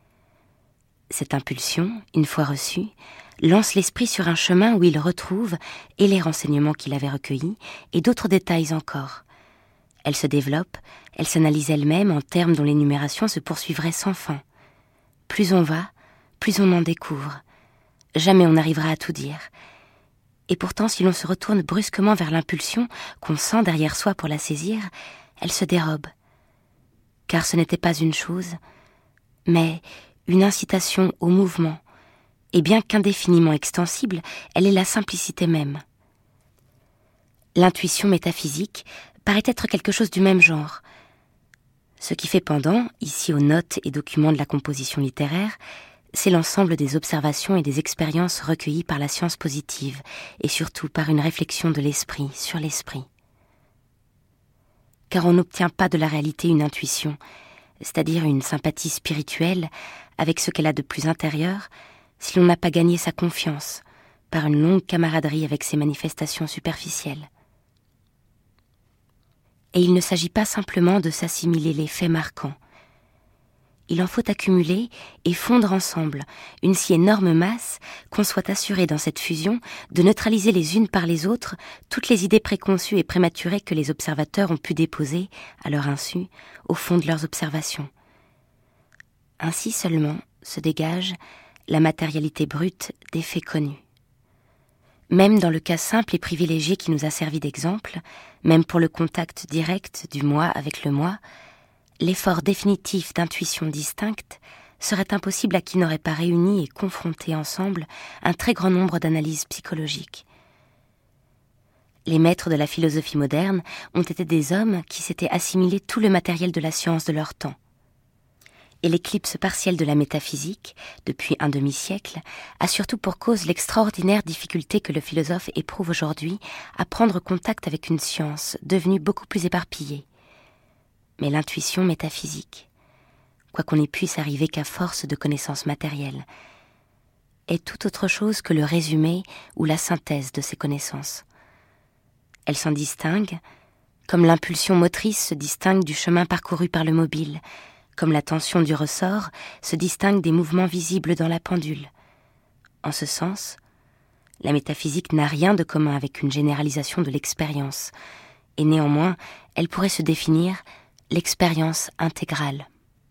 Cette impulsion, une fois reçue, lance l'esprit sur un chemin où il retrouve et les renseignements qu'il avait recueillis et d'autres détails encore. Elle se développe, elle s'analyse elle-même en termes dont l'énumération se poursuivrait sans fin. Plus on va, plus on en découvre. Jamais on n'arrivera à tout dire. Et pourtant, si l'on se retourne brusquement vers l'impulsion qu'on sent derrière soi pour la saisir, elle se dérobe. Car ce n'était pas une chose, mais une incitation au mouvement, et bien qu'indéfiniment extensible, elle est la simplicité même. L'intuition métaphysique paraît être quelque chose du même genre. Ce qui fait pendant, ici aux notes et documents de la composition littéraire, c'est l'ensemble des observations et des expériences recueillies par la science positive, et surtout par une réflexion de l'esprit sur l'esprit. Car on n'obtient pas de la réalité une intuition, c'est-à-dire une sympathie spirituelle avec ce qu'elle a de plus intérieur, si l'on n'a pas gagné sa confiance par une longue camaraderie avec ses manifestations superficielles. Et il ne s'agit pas simplement de s'assimiler les faits marquants. Il en faut accumuler et fondre ensemble une si énorme masse qu'on soit assuré dans cette fusion de neutraliser les unes par les autres toutes les idées préconçues et prématurées que les observateurs ont pu déposer, à leur insu, au fond de leurs observations. Ainsi seulement se dégage la matérialité brute des faits connus. Même dans le cas simple et privilégié qui nous a servi d'exemple, même pour le contact direct du moi avec le moi, l'effort définitif d'intuition distincte serait impossible à qui n'aurait pas réuni et confronté ensemble un très grand nombre d'analyses psychologiques. Les maîtres de la philosophie moderne ont été des hommes qui s'étaient assimilés tout le matériel de la science de leur temps. Et l'éclipse partielle de la métaphysique, depuis un demi-siècle, a surtout pour cause l'extraordinaire difficulté que le philosophe éprouve aujourd'hui à prendre contact avec une science devenue beaucoup plus éparpillée. Mais l'intuition métaphysique, quoiqu'on n'y puisse arriver qu'à force de connaissances matérielles, est tout autre chose que le résumé ou la synthèse de ces connaissances. Elle s'en distingue, comme l'impulsion motrice se distingue du chemin parcouru par le mobile, comme la tension du ressort se distingue des mouvements visibles dans la pendule. En ce sens, la métaphysique n'a rien de commun avec une généralisation de l'expérience, et néanmoins, elle pourrait se définir l'expérience intégrale.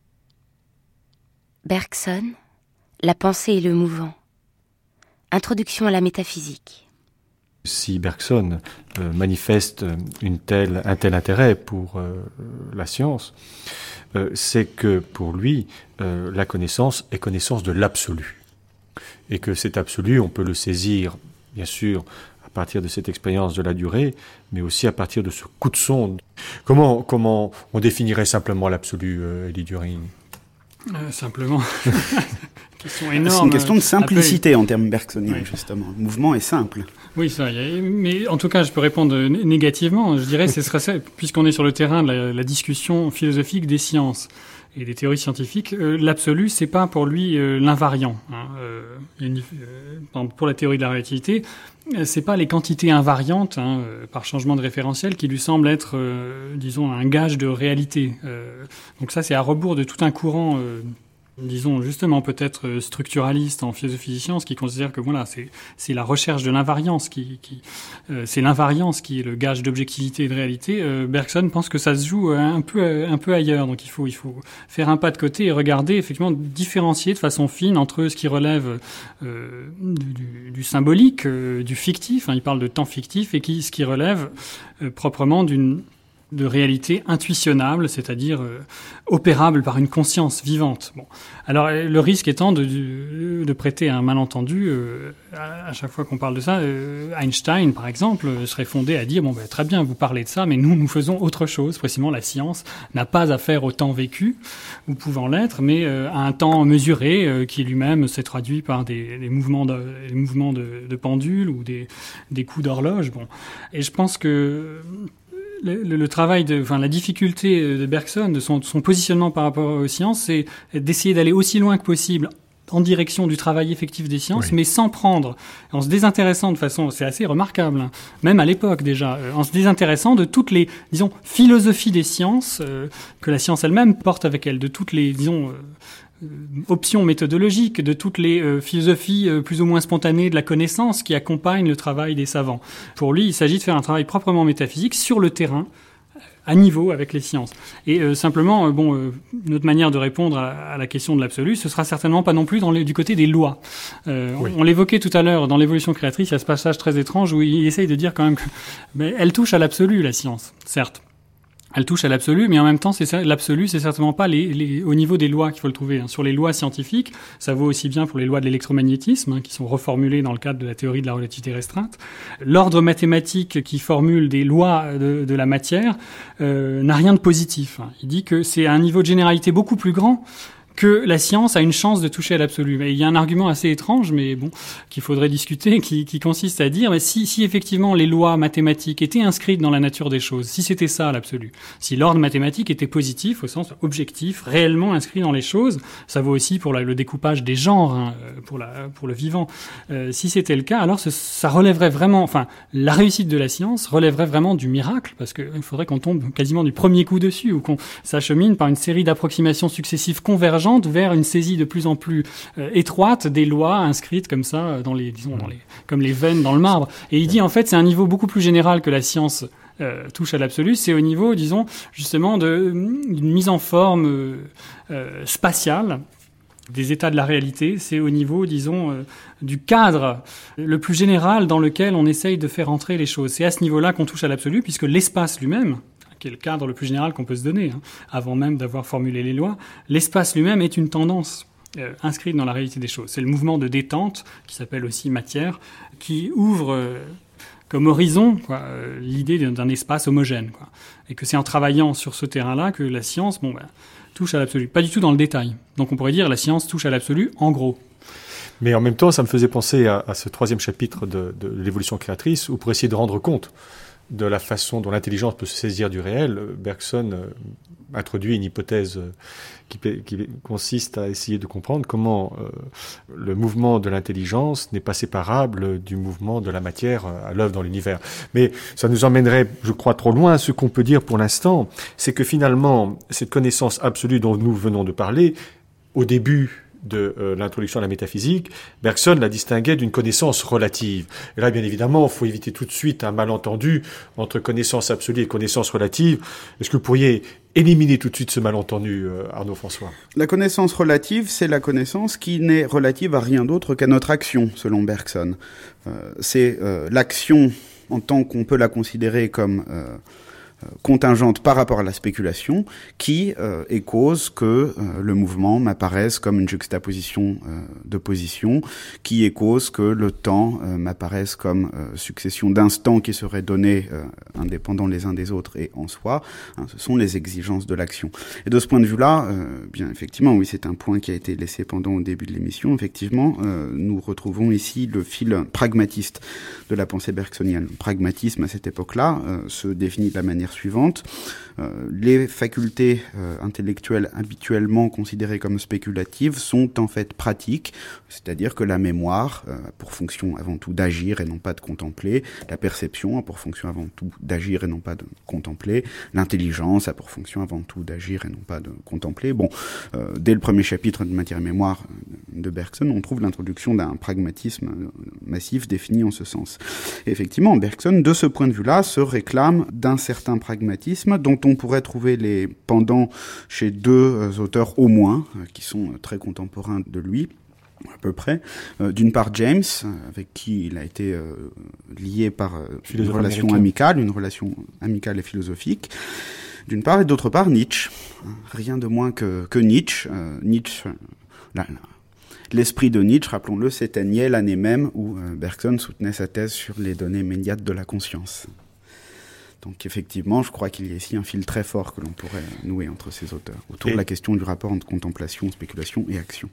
Bergson, la pensée et le mouvant. Introduction à la métaphysique. Si Bergson euh, manifeste une telle, un tel intérêt pour euh, la science, euh, c'est que pour lui, euh, la connaissance est connaissance de l'absolu. Et que cet absolu, on peut le saisir, bien sûr, à partir de cette expérience de la durée, mais aussi à partir de ce coup de sonde. Comment, comment on définirait simplement l'absolu, euh, Élie During ? euh, Simplement, question énorme. C'est une question de simplicité Après, en termes bergsoniens, oui. Justement. Le mouvement est simple. Oui, ça. Y a, mais en tout cas, je peux répondre négativement. Je dirais, ce serait ça, puisqu'on est sur le terrain de la, la discussion philosophique des sciences et des théories scientifiques, euh, l'absolu, c'est pas pour lui euh, l'invariant. Hein. Euh, une, euh, pour la théorie de la relativité, euh, c'est pas les quantités invariantes hein, euh, par changement de référentiel qui lui semblent être, euh, disons, un gage de réalité. Euh, donc ça, c'est à rebours de tout un courant. Euh, disons justement peut-être structuraliste en philosophie des sciences qui considère que voilà c'est c'est la recherche de l'invariance qui qui euh, c'est l'invariance qui est le gage d'objectivité et de réalité. euh, Bergson pense que ça se joue un peu un peu ailleurs, donc il faut il faut faire un pas de côté et regarder effectivement différencier de façon fine entre ce qui relève euh, du, du symbolique, euh, du fictif, hein, il parle de temps fictif, et qui ce qui relève euh, proprement d'une de réalité intuitionnable, c'est-à-dire euh, opérable par une conscience vivante. Bon, alors le risque étant de, de, de prêter un malentendu euh, à, à chaque fois qu'on parle de ça. Euh, Einstein, par exemple, serait fondé à dire bon, ben, très bien, vous parlez de ça, mais nous, nous faisons autre chose. Précisément, la science n'a pas affaire au temps vécu ou pouvant l'être, mais euh, à un temps mesuré euh, qui lui-même s'est traduit par des, des mouvements, de, des mouvements de, de pendule ou des, des coups d'horloge. Bon, et je pense que Le, le, le travail de, enfin, la difficulté de Bergson, de son, de son positionnement par rapport aux sciences, c'est d'essayer d'aller aussi loin que possible en direction du travail effectif des sciences, oui. mais sans prendre, en se désintéressant de façon, c'est assez remarquable, hein, même à l'époque déjà, euh, en se désintéressant de toutes les, disons, philosophies des sciences euh, que la science elle-même porte avec elle, de toutes les, disons, euh, options méthodologiques, de toutes les euh, philosophies euh, plus ou moins spontanées de la connaissance qui accompagnent le travail des savants. Pour lui, il s'agit de faire un travail proprement métaphysique sur le terrain, à niveau avec les sciences. Et euh, simplement, euh, bon, euh, notre manière de répondre à, à la question de l'absolu, ce sera certainement pas non plus dans les, du côté des lois. Euh, oui. On, on l'évoquait tout à l'heure dans l'évolution créatrice, il y a ce passage très étrange où il essaye de dire quand même que mais elle touche à l'absolu, la science, certes. Elle touche à l'absolu, mais en même temps, c'est l'absolu, c'est certainement pas les, les, au niveau des lois qu'il faut le trouver. Hein. Sur les lois scientifiques, ça vaut aussi bien pour les lois de l'électromagnétisme, hein, qui sont reformulées dans le cadre de la théorie de la relativité restreinte. L'ordre mathématique qui formule des lois de, de la matière euh, n'a rien de positif. Hein. Il dit que c'est à un niveau de généralité beaucoup plus grand que la science a une chance de toucher à l'absolu. Il y a un argument assez étrange, mais bon, qu'il faudrait discuter, qui, qui consiste à dire, mais si, si effectivement les lois mathématiques étaient inscrites dans la nature des choses, si c'était ça l'absolu, si l'ordre mathématique était positif au sens objectif, réellement inscrit dans les choses, ça vaut aussi pour la, le découpage des genres, hein, pour, la, pour le vivant. Euh, si c'était le cas, alors ce, ça relèverait vraiment, enfin, la réussite de la science relèverait vraiment du miracle, parce qu'il faudrait qu'on tombe quasiment du premier coup dessus, ou qu'on s'achemine par une série d'approximations successives convergentes vers une saisie de plus en plus euh, étroite des lois inscrites comme ça dans les, disons, dans les, comme les veines dans le marbre. Et il dit en fait c'est un niveau beaucoup plus général que la science euh, touche à l'absolu. C'est au niveau, disons, justement de d'une mise en forme euh, euh, spatiale des états de la réalité. C'est au niveau, disons, euh, du cadre le plus général dans lequel on essaye de faire entrer les choses. C'est à ce niveau-là qu'on touche à l'absolu, puisque l'espace lui-même, qui est le cadre le plus général qu'on peut se donner, hein, avant même d'avoir formulé les lois, l'espace lui-même est une tendance euh, inscrite dans la réalité des choses. C'est le mouvement de détente, qui s'appelle aussi matière, qui ouvre euh, comme horizon quoi, euh, l'idée d'un espace homogène. Quoi. Et que c'est en travaillant sur ce terrain-là que la science bon, ben, touche à l'absolu. Pas du tout dans le détail. Donc on pourrait dire la science touche à l'absolu en gros. Mais en même temps, ça me faisait penser à, à ce troisième chapitre de, de l'évolution créatrice, où pour essayer de rendre compte de la façon dont l'intelligence peut se saisir du réel, Bergson euh, introduit une hypothèse euh, qui, qui consiste à essayer de comprendre comment euh, le mouvement de l'intelligence n'est pas séparable du mouvement de la matière à l'œuvre dans l'univers. Mais ça nous emmènerait, je crois, trop loin. Ce qu'on peut dire pour l'instant, c'est que finalement, cette connaissance absolue dont nous venons de parler, au début de euh, l'introduction à la métaphysique, Bergson la distinguait d'une connaissance relative. Et là, bien évidemment, il faut éviter tout de suite un malentendu entre connaissance absolue et connaissance relative. Est-ce que vous pourriez éliminer tout de suite ce malentendu, euh, Arnaud François ? La connaissance relative, c'est la connaissance qui n'est relative à rien d'autre qu'à notre action, selon Bergson. Euh, c'est euh, l'action en tant qu'on peut la considérer comme... Euh, euh, contingente par rapport à la spéculation qui euh, est cause que euh, le mouvement m'apparaisse comme une juxtaposition euh, de positions, qui est cause que le temps euh, m'apparaisse comme euh, succession d'instants qui seraient donnés euh, indépendants les uns des autres et en soi. Hein, ce sont les exigences de l'action. Et de ce point de vue-là, euh, bien effectivement, oui, c'est un point qui a été laissé pendant au début de l'émission. Effectivement, euh, nous retrouvons ici le fil pragmatiste de la pensée bergsonienne. Le pragmatisme à cette époque-là euh, se définit de la manière suivante. Euh, les facultés euh, intellectuelles habituellement considérées comme spéculatives sont en fait pratiques, c'est-à-dire que la mémoire euh, a pour fonction avant tout d'agir et non pas de contempler, la perception a pour fonction avant tout d'agir et non pas de contempler, l'intelligence a pour fonction avant tout d'agir et non pas de contempler. Bon, euh, dès le premier chapitre de Matière et Mémoire de Bergson, on trouve l'introduction d'un pragmatisme massif défini en ce sens. Et effectivement, Bergson, de ce point de vue-là, se réclame d'un certain pragmatisme dont on pourrait trouver les pendants chez deux euh, auteurs au moins, euh, qui sont euh, très contemporains de lui, à peu près. Euh, d'une part, James, euh, avec qui il a été euh, lié par euh, une relation américain. amicale, une relation amicale et philosophique. D'une part, et d'autre part, Nietzsche. Rien de moins que, que Nietzsche. Euh, Nietzsche, là, là. L'esprit de Nietzsche, rappelons-le, s'éteignait l'année même où euh, Bergson soutenait sa thèse sur les données immédiates de la conscience. Donc effectivement, je crois qu'il y a ici un fil très fort que l'on pourrait nouer entre ces auteurs, autour et de la question du rapport entre contemplation, spéculation et action.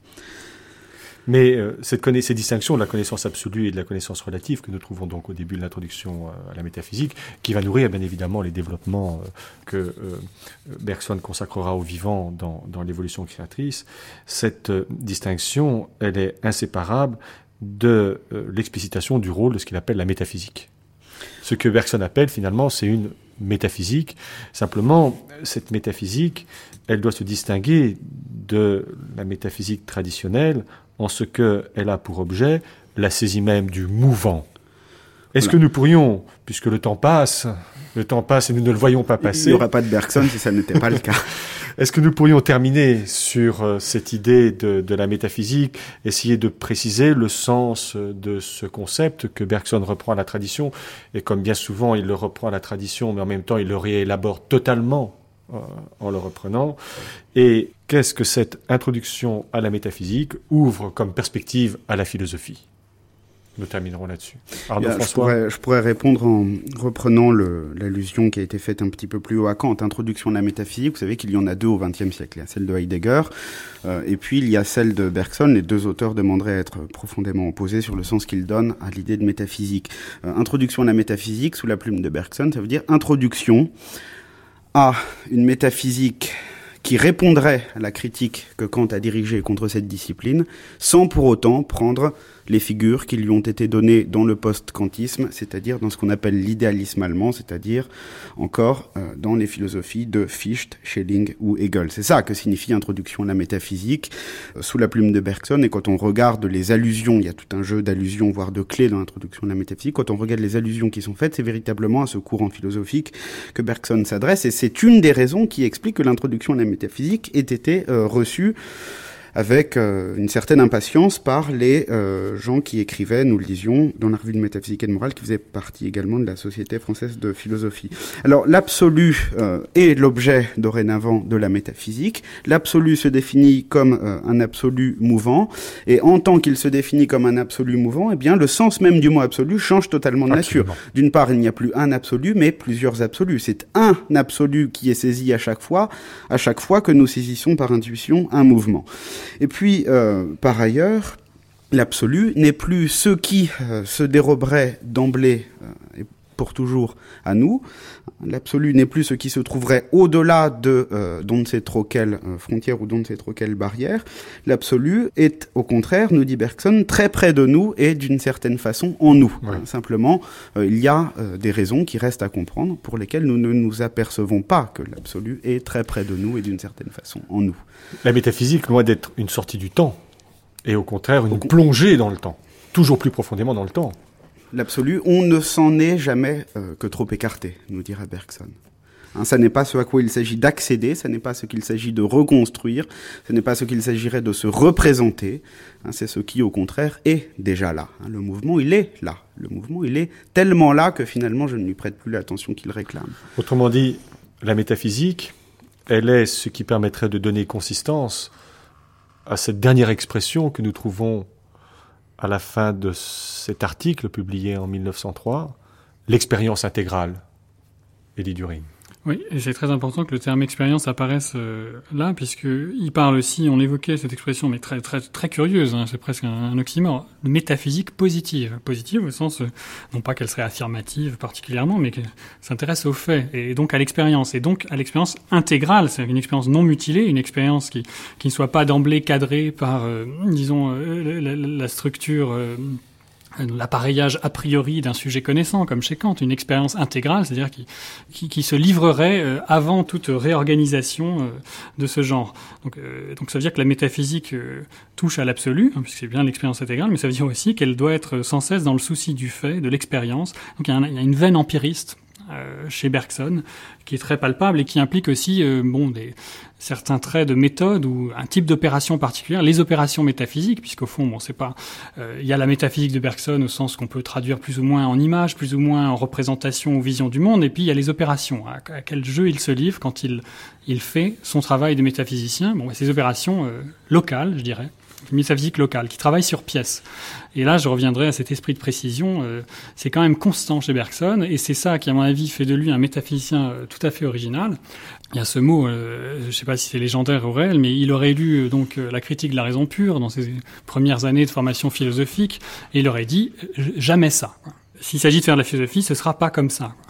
Mais euh, cette conna- ces distinctions de la connaissance absolue et de la connaissance relative que nous trouvons donc au début de l'introduction euh, à la métaphysique, qui va nourrir bien évidemment les développements euh, que euh, Bergson consacrera au vivant dans, dans l'évolution créatrice, cette euh, distinction, elle est inséparable de euh, l'explicitation du rôle de ce qu'il appelle la métaphysique. Ce que Bergson appelle finalement, c'est une métaphysique. Simplement, cette métaphysique, elle doit se distinguer de la métaphysique traditionnelle en ce qu'elle a pour objet la saisie même du mouvant. Est-ce voilà. que nous pourrions, puisque le temps passe, le temps passe et nous ne le voyons pas passer... Il n'y aura pas de Bergson si ça n'était pas le cas. Est-ce que nous pourrions terminer sur euh, cette idée de, de la métaphysique, essayer de préciser le sens de ce concept que Bergson reprend à la tradition, et comme bien souvent il le reprend à la tradition, mais en même temps il le réélabore totalement euh, en le reprenant. Et qu'est-ce que cette introduction à la métaphysique ouvre comme perspective à la philosophie ? Nous terminerons là-dessus. Arnaud Bien, François. Je pourrais, je pourrais répondre en reprenant le, l'allusion qui a été faite un petit peu plus haut à Kant, introduction à la métaphysique. Vous savez qu'il y en a deux au vingtième siècle. Il y a celle de Heidegger, euh, et puis il y a celle de Bergson. Les deux auteurs demanderaient à être profondément opposés sur le sens qu'ils donnent à l'idée de métaphysique. Euh, introduction à la métaphysique, sous la plume de Bergson, ça veut dire introduction à une métaphysique qui répondrait à la critique que Kant a dirigée contre cette discipline, sans pour autant prendre les figures qui lui ont été données dans le post-kantisme, c'est-à-dire dans ce qu'on appelle l'idéalisme allemand, c'est-à-dire encore euh, dans les philosophies de Fichte, Schelling ou Hegel. C'est ça que signifie introduction à la métaphysique, euh, sous la plume de Bergson. Et quand on regarde les allusions, il y a tout un jeu d'allusions, voire de clés dans l'introduction à la métaphysique, quand on regarde les allusions qui sont faites, c'est véritablement à ce courant philosophique que Bergson s'adresse, et c'est une des raisons qui explique que l'introduction à la métaphysique ait été euh, reçue avec euh, une certaine impatience par les euh, gens qui écrivaient, nous le disions, dans la revue de métaphysique et de morale, qui faisait partie également de la Société française de philosophie. Alors, l'absolu euh, est l'objet dorénavant de la métaphysique. L'absolu se définit comme euh, un absolu mouvant, et en tant qu'il se définit comme un absolu mouvant, eh bien, le sens même du mot absolu change totalement de nature. Absolument. D'une part, il n'y a plus un absolu, mais plusieurs absolus. C'est un absolu qui est saisi à chaque fois, à chaque fois que nous saisissons par intuition un mouvement. Et puis, euh, par ailleurs, l'absolu n'est plus ce qui euh, se déroberait d'emblée euh, et pour toujours à nous. L'absolu n'est plus ce qui se trouverait au-delà de euh, d'on ne sait trop quelle euh, frontière ou d'on ne sait trop quelle barrière. L'absolu est, au contraire, nous dit Bergson, très près de nous et d'une certaine façon en nous. Ouais. Hein, simplement, euh, il y a euh, des raisons qui restent à comprendre pour lesquelles nous ne nous apercevons pas que l'absolu est très près de nous et d'une certaine façon en nous. La métaphysique, loin d'être une sortie du temps, est au contraire une au plongée dans le temps, toujours plus profondément dans le temps. L'absolu, on ne s'en est jamais euh, que trop écarté, nous dira Bergson. Hein, ça n'est pas ce à quoi il s'agit d'accéder, ça n'est pas ce qu'il s'agit de reconstruire, ce n'est pas ce qu'il s'agirait de se représenter, hein, c'est ce qui, au contraire, est déjà là. Hein, le mouvement, il est là. Le mouvement, il est tellement là que finalement, je ne lui prête plus l'attention qu'il réclame. Autrement dit, la métaphysique, elle est ce qui permettrait de donner consistance à cette dernière expression que nous trouvons à la fin de cet article publié en mille neuf cent trois, l'expérience intégrale. Élie During. Oui, et c'est très important que le terme expérience apparaisse euh, là, puisqu'il parle aussi, on évoquait cette expression, mais très très très curieuse, hein, c'est presque un, un oxymore, de métaphysique positive. Positive au sens, euh, non pas qu'elle serait affirmative particulièrement, mais qu'elle s'intéresse aux faits, et donc à l'expérience, et donc à l'expérience intégrale, c'est une expérience non mutilée, une expérience qui, qui ne soit pas d'emblée cadrée par, euh, disons, euh, la, la structure... Euh, l'appareillage a priori d'un sujet connaissant, comme chez Kant, une expérience intégrale, c'est-à-dire qui, qui, qui se livrerait euh, avant toute réorganisation euh, de ce genre. Donc, euh, donc ça veut dire que la métaphysique euh, touche à l'absolu, hein, puisque c'est bien l'expérience intégrale, mais ça veut dire aussi qu'elle doit être sans cesse dans le souci du fait, de l'expérience. Donc il y a, un, il y a une veine empiriste euh, chez Bergson qui est très palpable et qui implique aussi euh, bon, des, certains traits de méthode ou un type d'opération particulière, les opérations métaphysiques, puisqu'au fond, bon, c'est pas, euh, il y a la métaphysique de Bergson au sens qu'on peut traduire plus ou moins en images, plus ou moins en représentation ou vision du monde, et puis il y a les opérations, à, à quel jeu il se livre quand il, il fait son travail de métaphysicien. Bon, ces opérations euh, locales, je dirais, métaphysique locale, qui travaille sur pièce. Et là, je reviendrai à cet esprit de précision. Euh, c'est quand même constant chez Bergson, et c'est ça qui, à mon avis, fait de lui un métaphysicien euh, tout à fait original. Il y a ce mot, euh, je ne sais pas si c'est légendaire ou réel, mais il aurait lu euh, donc euh, la critique de la raison pure dans ses premières années de formation philosophique, et il aurait dit euh, jamais ça. S'il s'agit de faire de la philosophie, ce sera pas comme ça.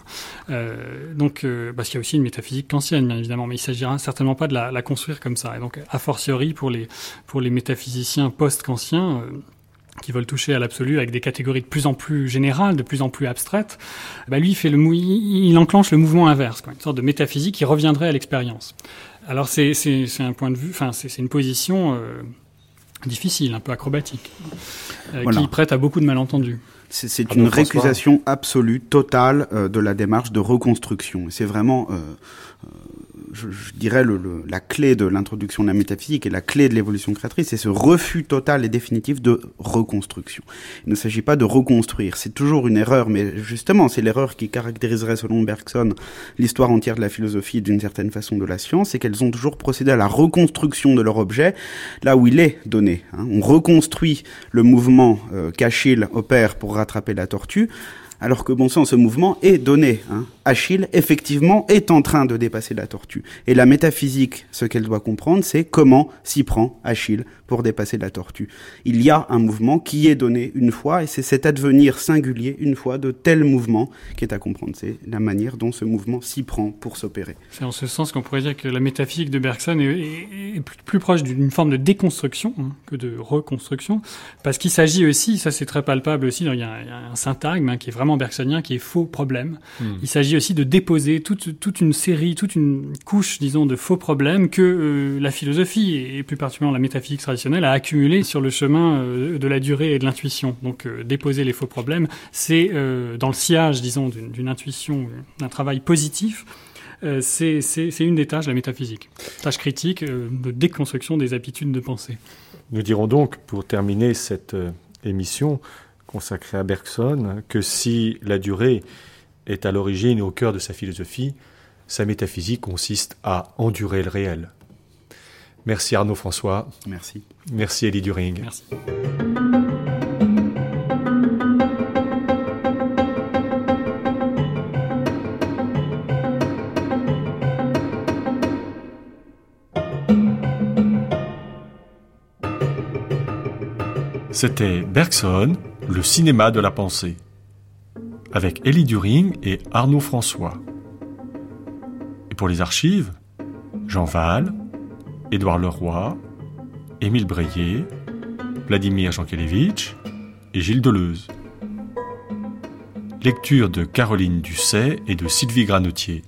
Euh, donc, euh, parce qu'il y a aussi une métaphysique kantienne, bien évidemment, mais il s'agira certainement pas de la, la construire comme ça. Et donc, a fortiori pour les pour les métaphysiciens post-kantiens euh, qui veulent toucher à l'absolu avec des catégories de plus en plus générales, de plus en plus abstraites, bah lui, il fait le mou- il enclenche le mouvement inverse, quoi, une sorte de métaphysique qui reviendrait à l'expérience. Alors, c'est c'est c'est un point de vue, enfin, c'est c'est une position euh, difficile, un peu acrobatique, euh, voilà. qui prête à beaucoup de malentendus. C'est, c'est une récusation absolue, totale euh, de la démarche de reconstruction. Et c'est vraiment, euh, euh, je, je dirais, le, le, la clé de l'introduction de la métaphysique et la clé de l'évolution créatrice, c'est ce refus total et définitif de reconstruction. Il ne s'agit pas de reconstruire, c'est toujours une erreur, mais justement, c'est l'erreur qui caractériserait, selon Bergson, l'histoire entière de la philosophie et d'une certaine façon de la science, c'est qu'elles ont toujours procédé à la reconstruction de leur objet, là où il est donné. Hein. On reconstruit le mouvement euh, qu'Achille opère pour rattraper la tortue, alors que bon sang, ce mouvement est donné. Hein. Achille, effectivement, est en train de dépasser la tortue. Et la métaphysique, ce qu'elle doit comprendre, c'est comment s'y prend Achille pour dépasser la tortue. Il y a un mouvement qui est donné une fois, et c'est cet advenir singulier, une fois, de tel mouvement qui est à comprendre. C'est la manière dont ce mouvement s'y prend pour s'opérer. C'est en ce sens qu'on pourrait dire que la métaphysique de Bergson est, est, est plus, plus proche d'une forme de déconstruction hein, que de reconstruction, parce qu'il s'agit aussi, ça c'est très palpable aussi, il y a, il y a un syntagme hein, qui est vraiment bergsonien, qui est faux problème. Mmh. Il s'agit aussi de déposer toute, toute une série, toute une couche, disons, de faux problèmes que euh, la philosophie, et plus particulièrement la métaphysique traditionnelle, a accumulé sur le chemin euh, de la durée et de l'intuition. Donc, euh, déposer les faux problèmes, c'est euh, dans le sillage, disons, d'une, d'une intuition, d'un travail positif, euh, c'est, c'est, c'est une des tâches de la métaphysique. Tâche critique euh, de déconstruction des habitudes de pensée. Nous dirons donc, pour terminer cette euh, émission consacrée à Bergson, que si la durée est à l'origine et au cœur de sa philosophie, sa métaphysique consiste à endurer le réel. Merci Arnaud François. Merci. Merci Élie During. Merci. C'était Bergson, le cinéma de la pensée, avec Élie During et Arnaud François. Et pour les archives, Jean Val, Édouard Leroy, Émile Breillet, Vladimir Jankélévitch et Gilles Deleuze. Lecture de Caroline Dusset et de Sylvie Granotier.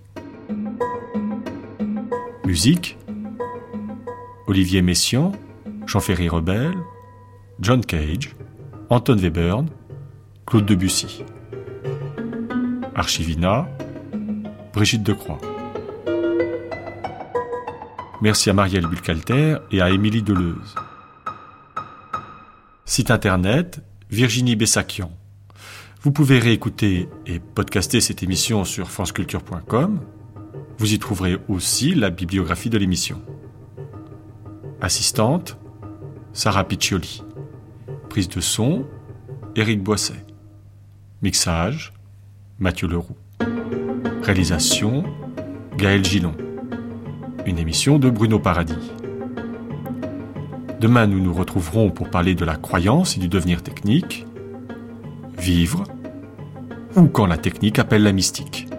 Musique, Olivier Messiaen, Jean-Ferry Rebel, John Cage, Anton Webern, Claude Debussy. Archivina, Brigitte Decroix. Merci à Marielle Bulcalter et à Émilie Deleuze. Site internet, Virginie Bessakian. Vous pouvez réécouter et podcaster cette émission sur franceculture point com. Vous y trouverez aussi la bibliographie de l'émission. Assistante, Sarah Piccioli. Prise de son, Éric Boisset. Mixage, Mathieu Leroux. Réalisation, Gaël Gillon. Une émission de Bruno Paradis. Demain, nous nous retrouverons pour parler de la croyance et du devenir technique, vivre, ou quand la technique appelle la mystique.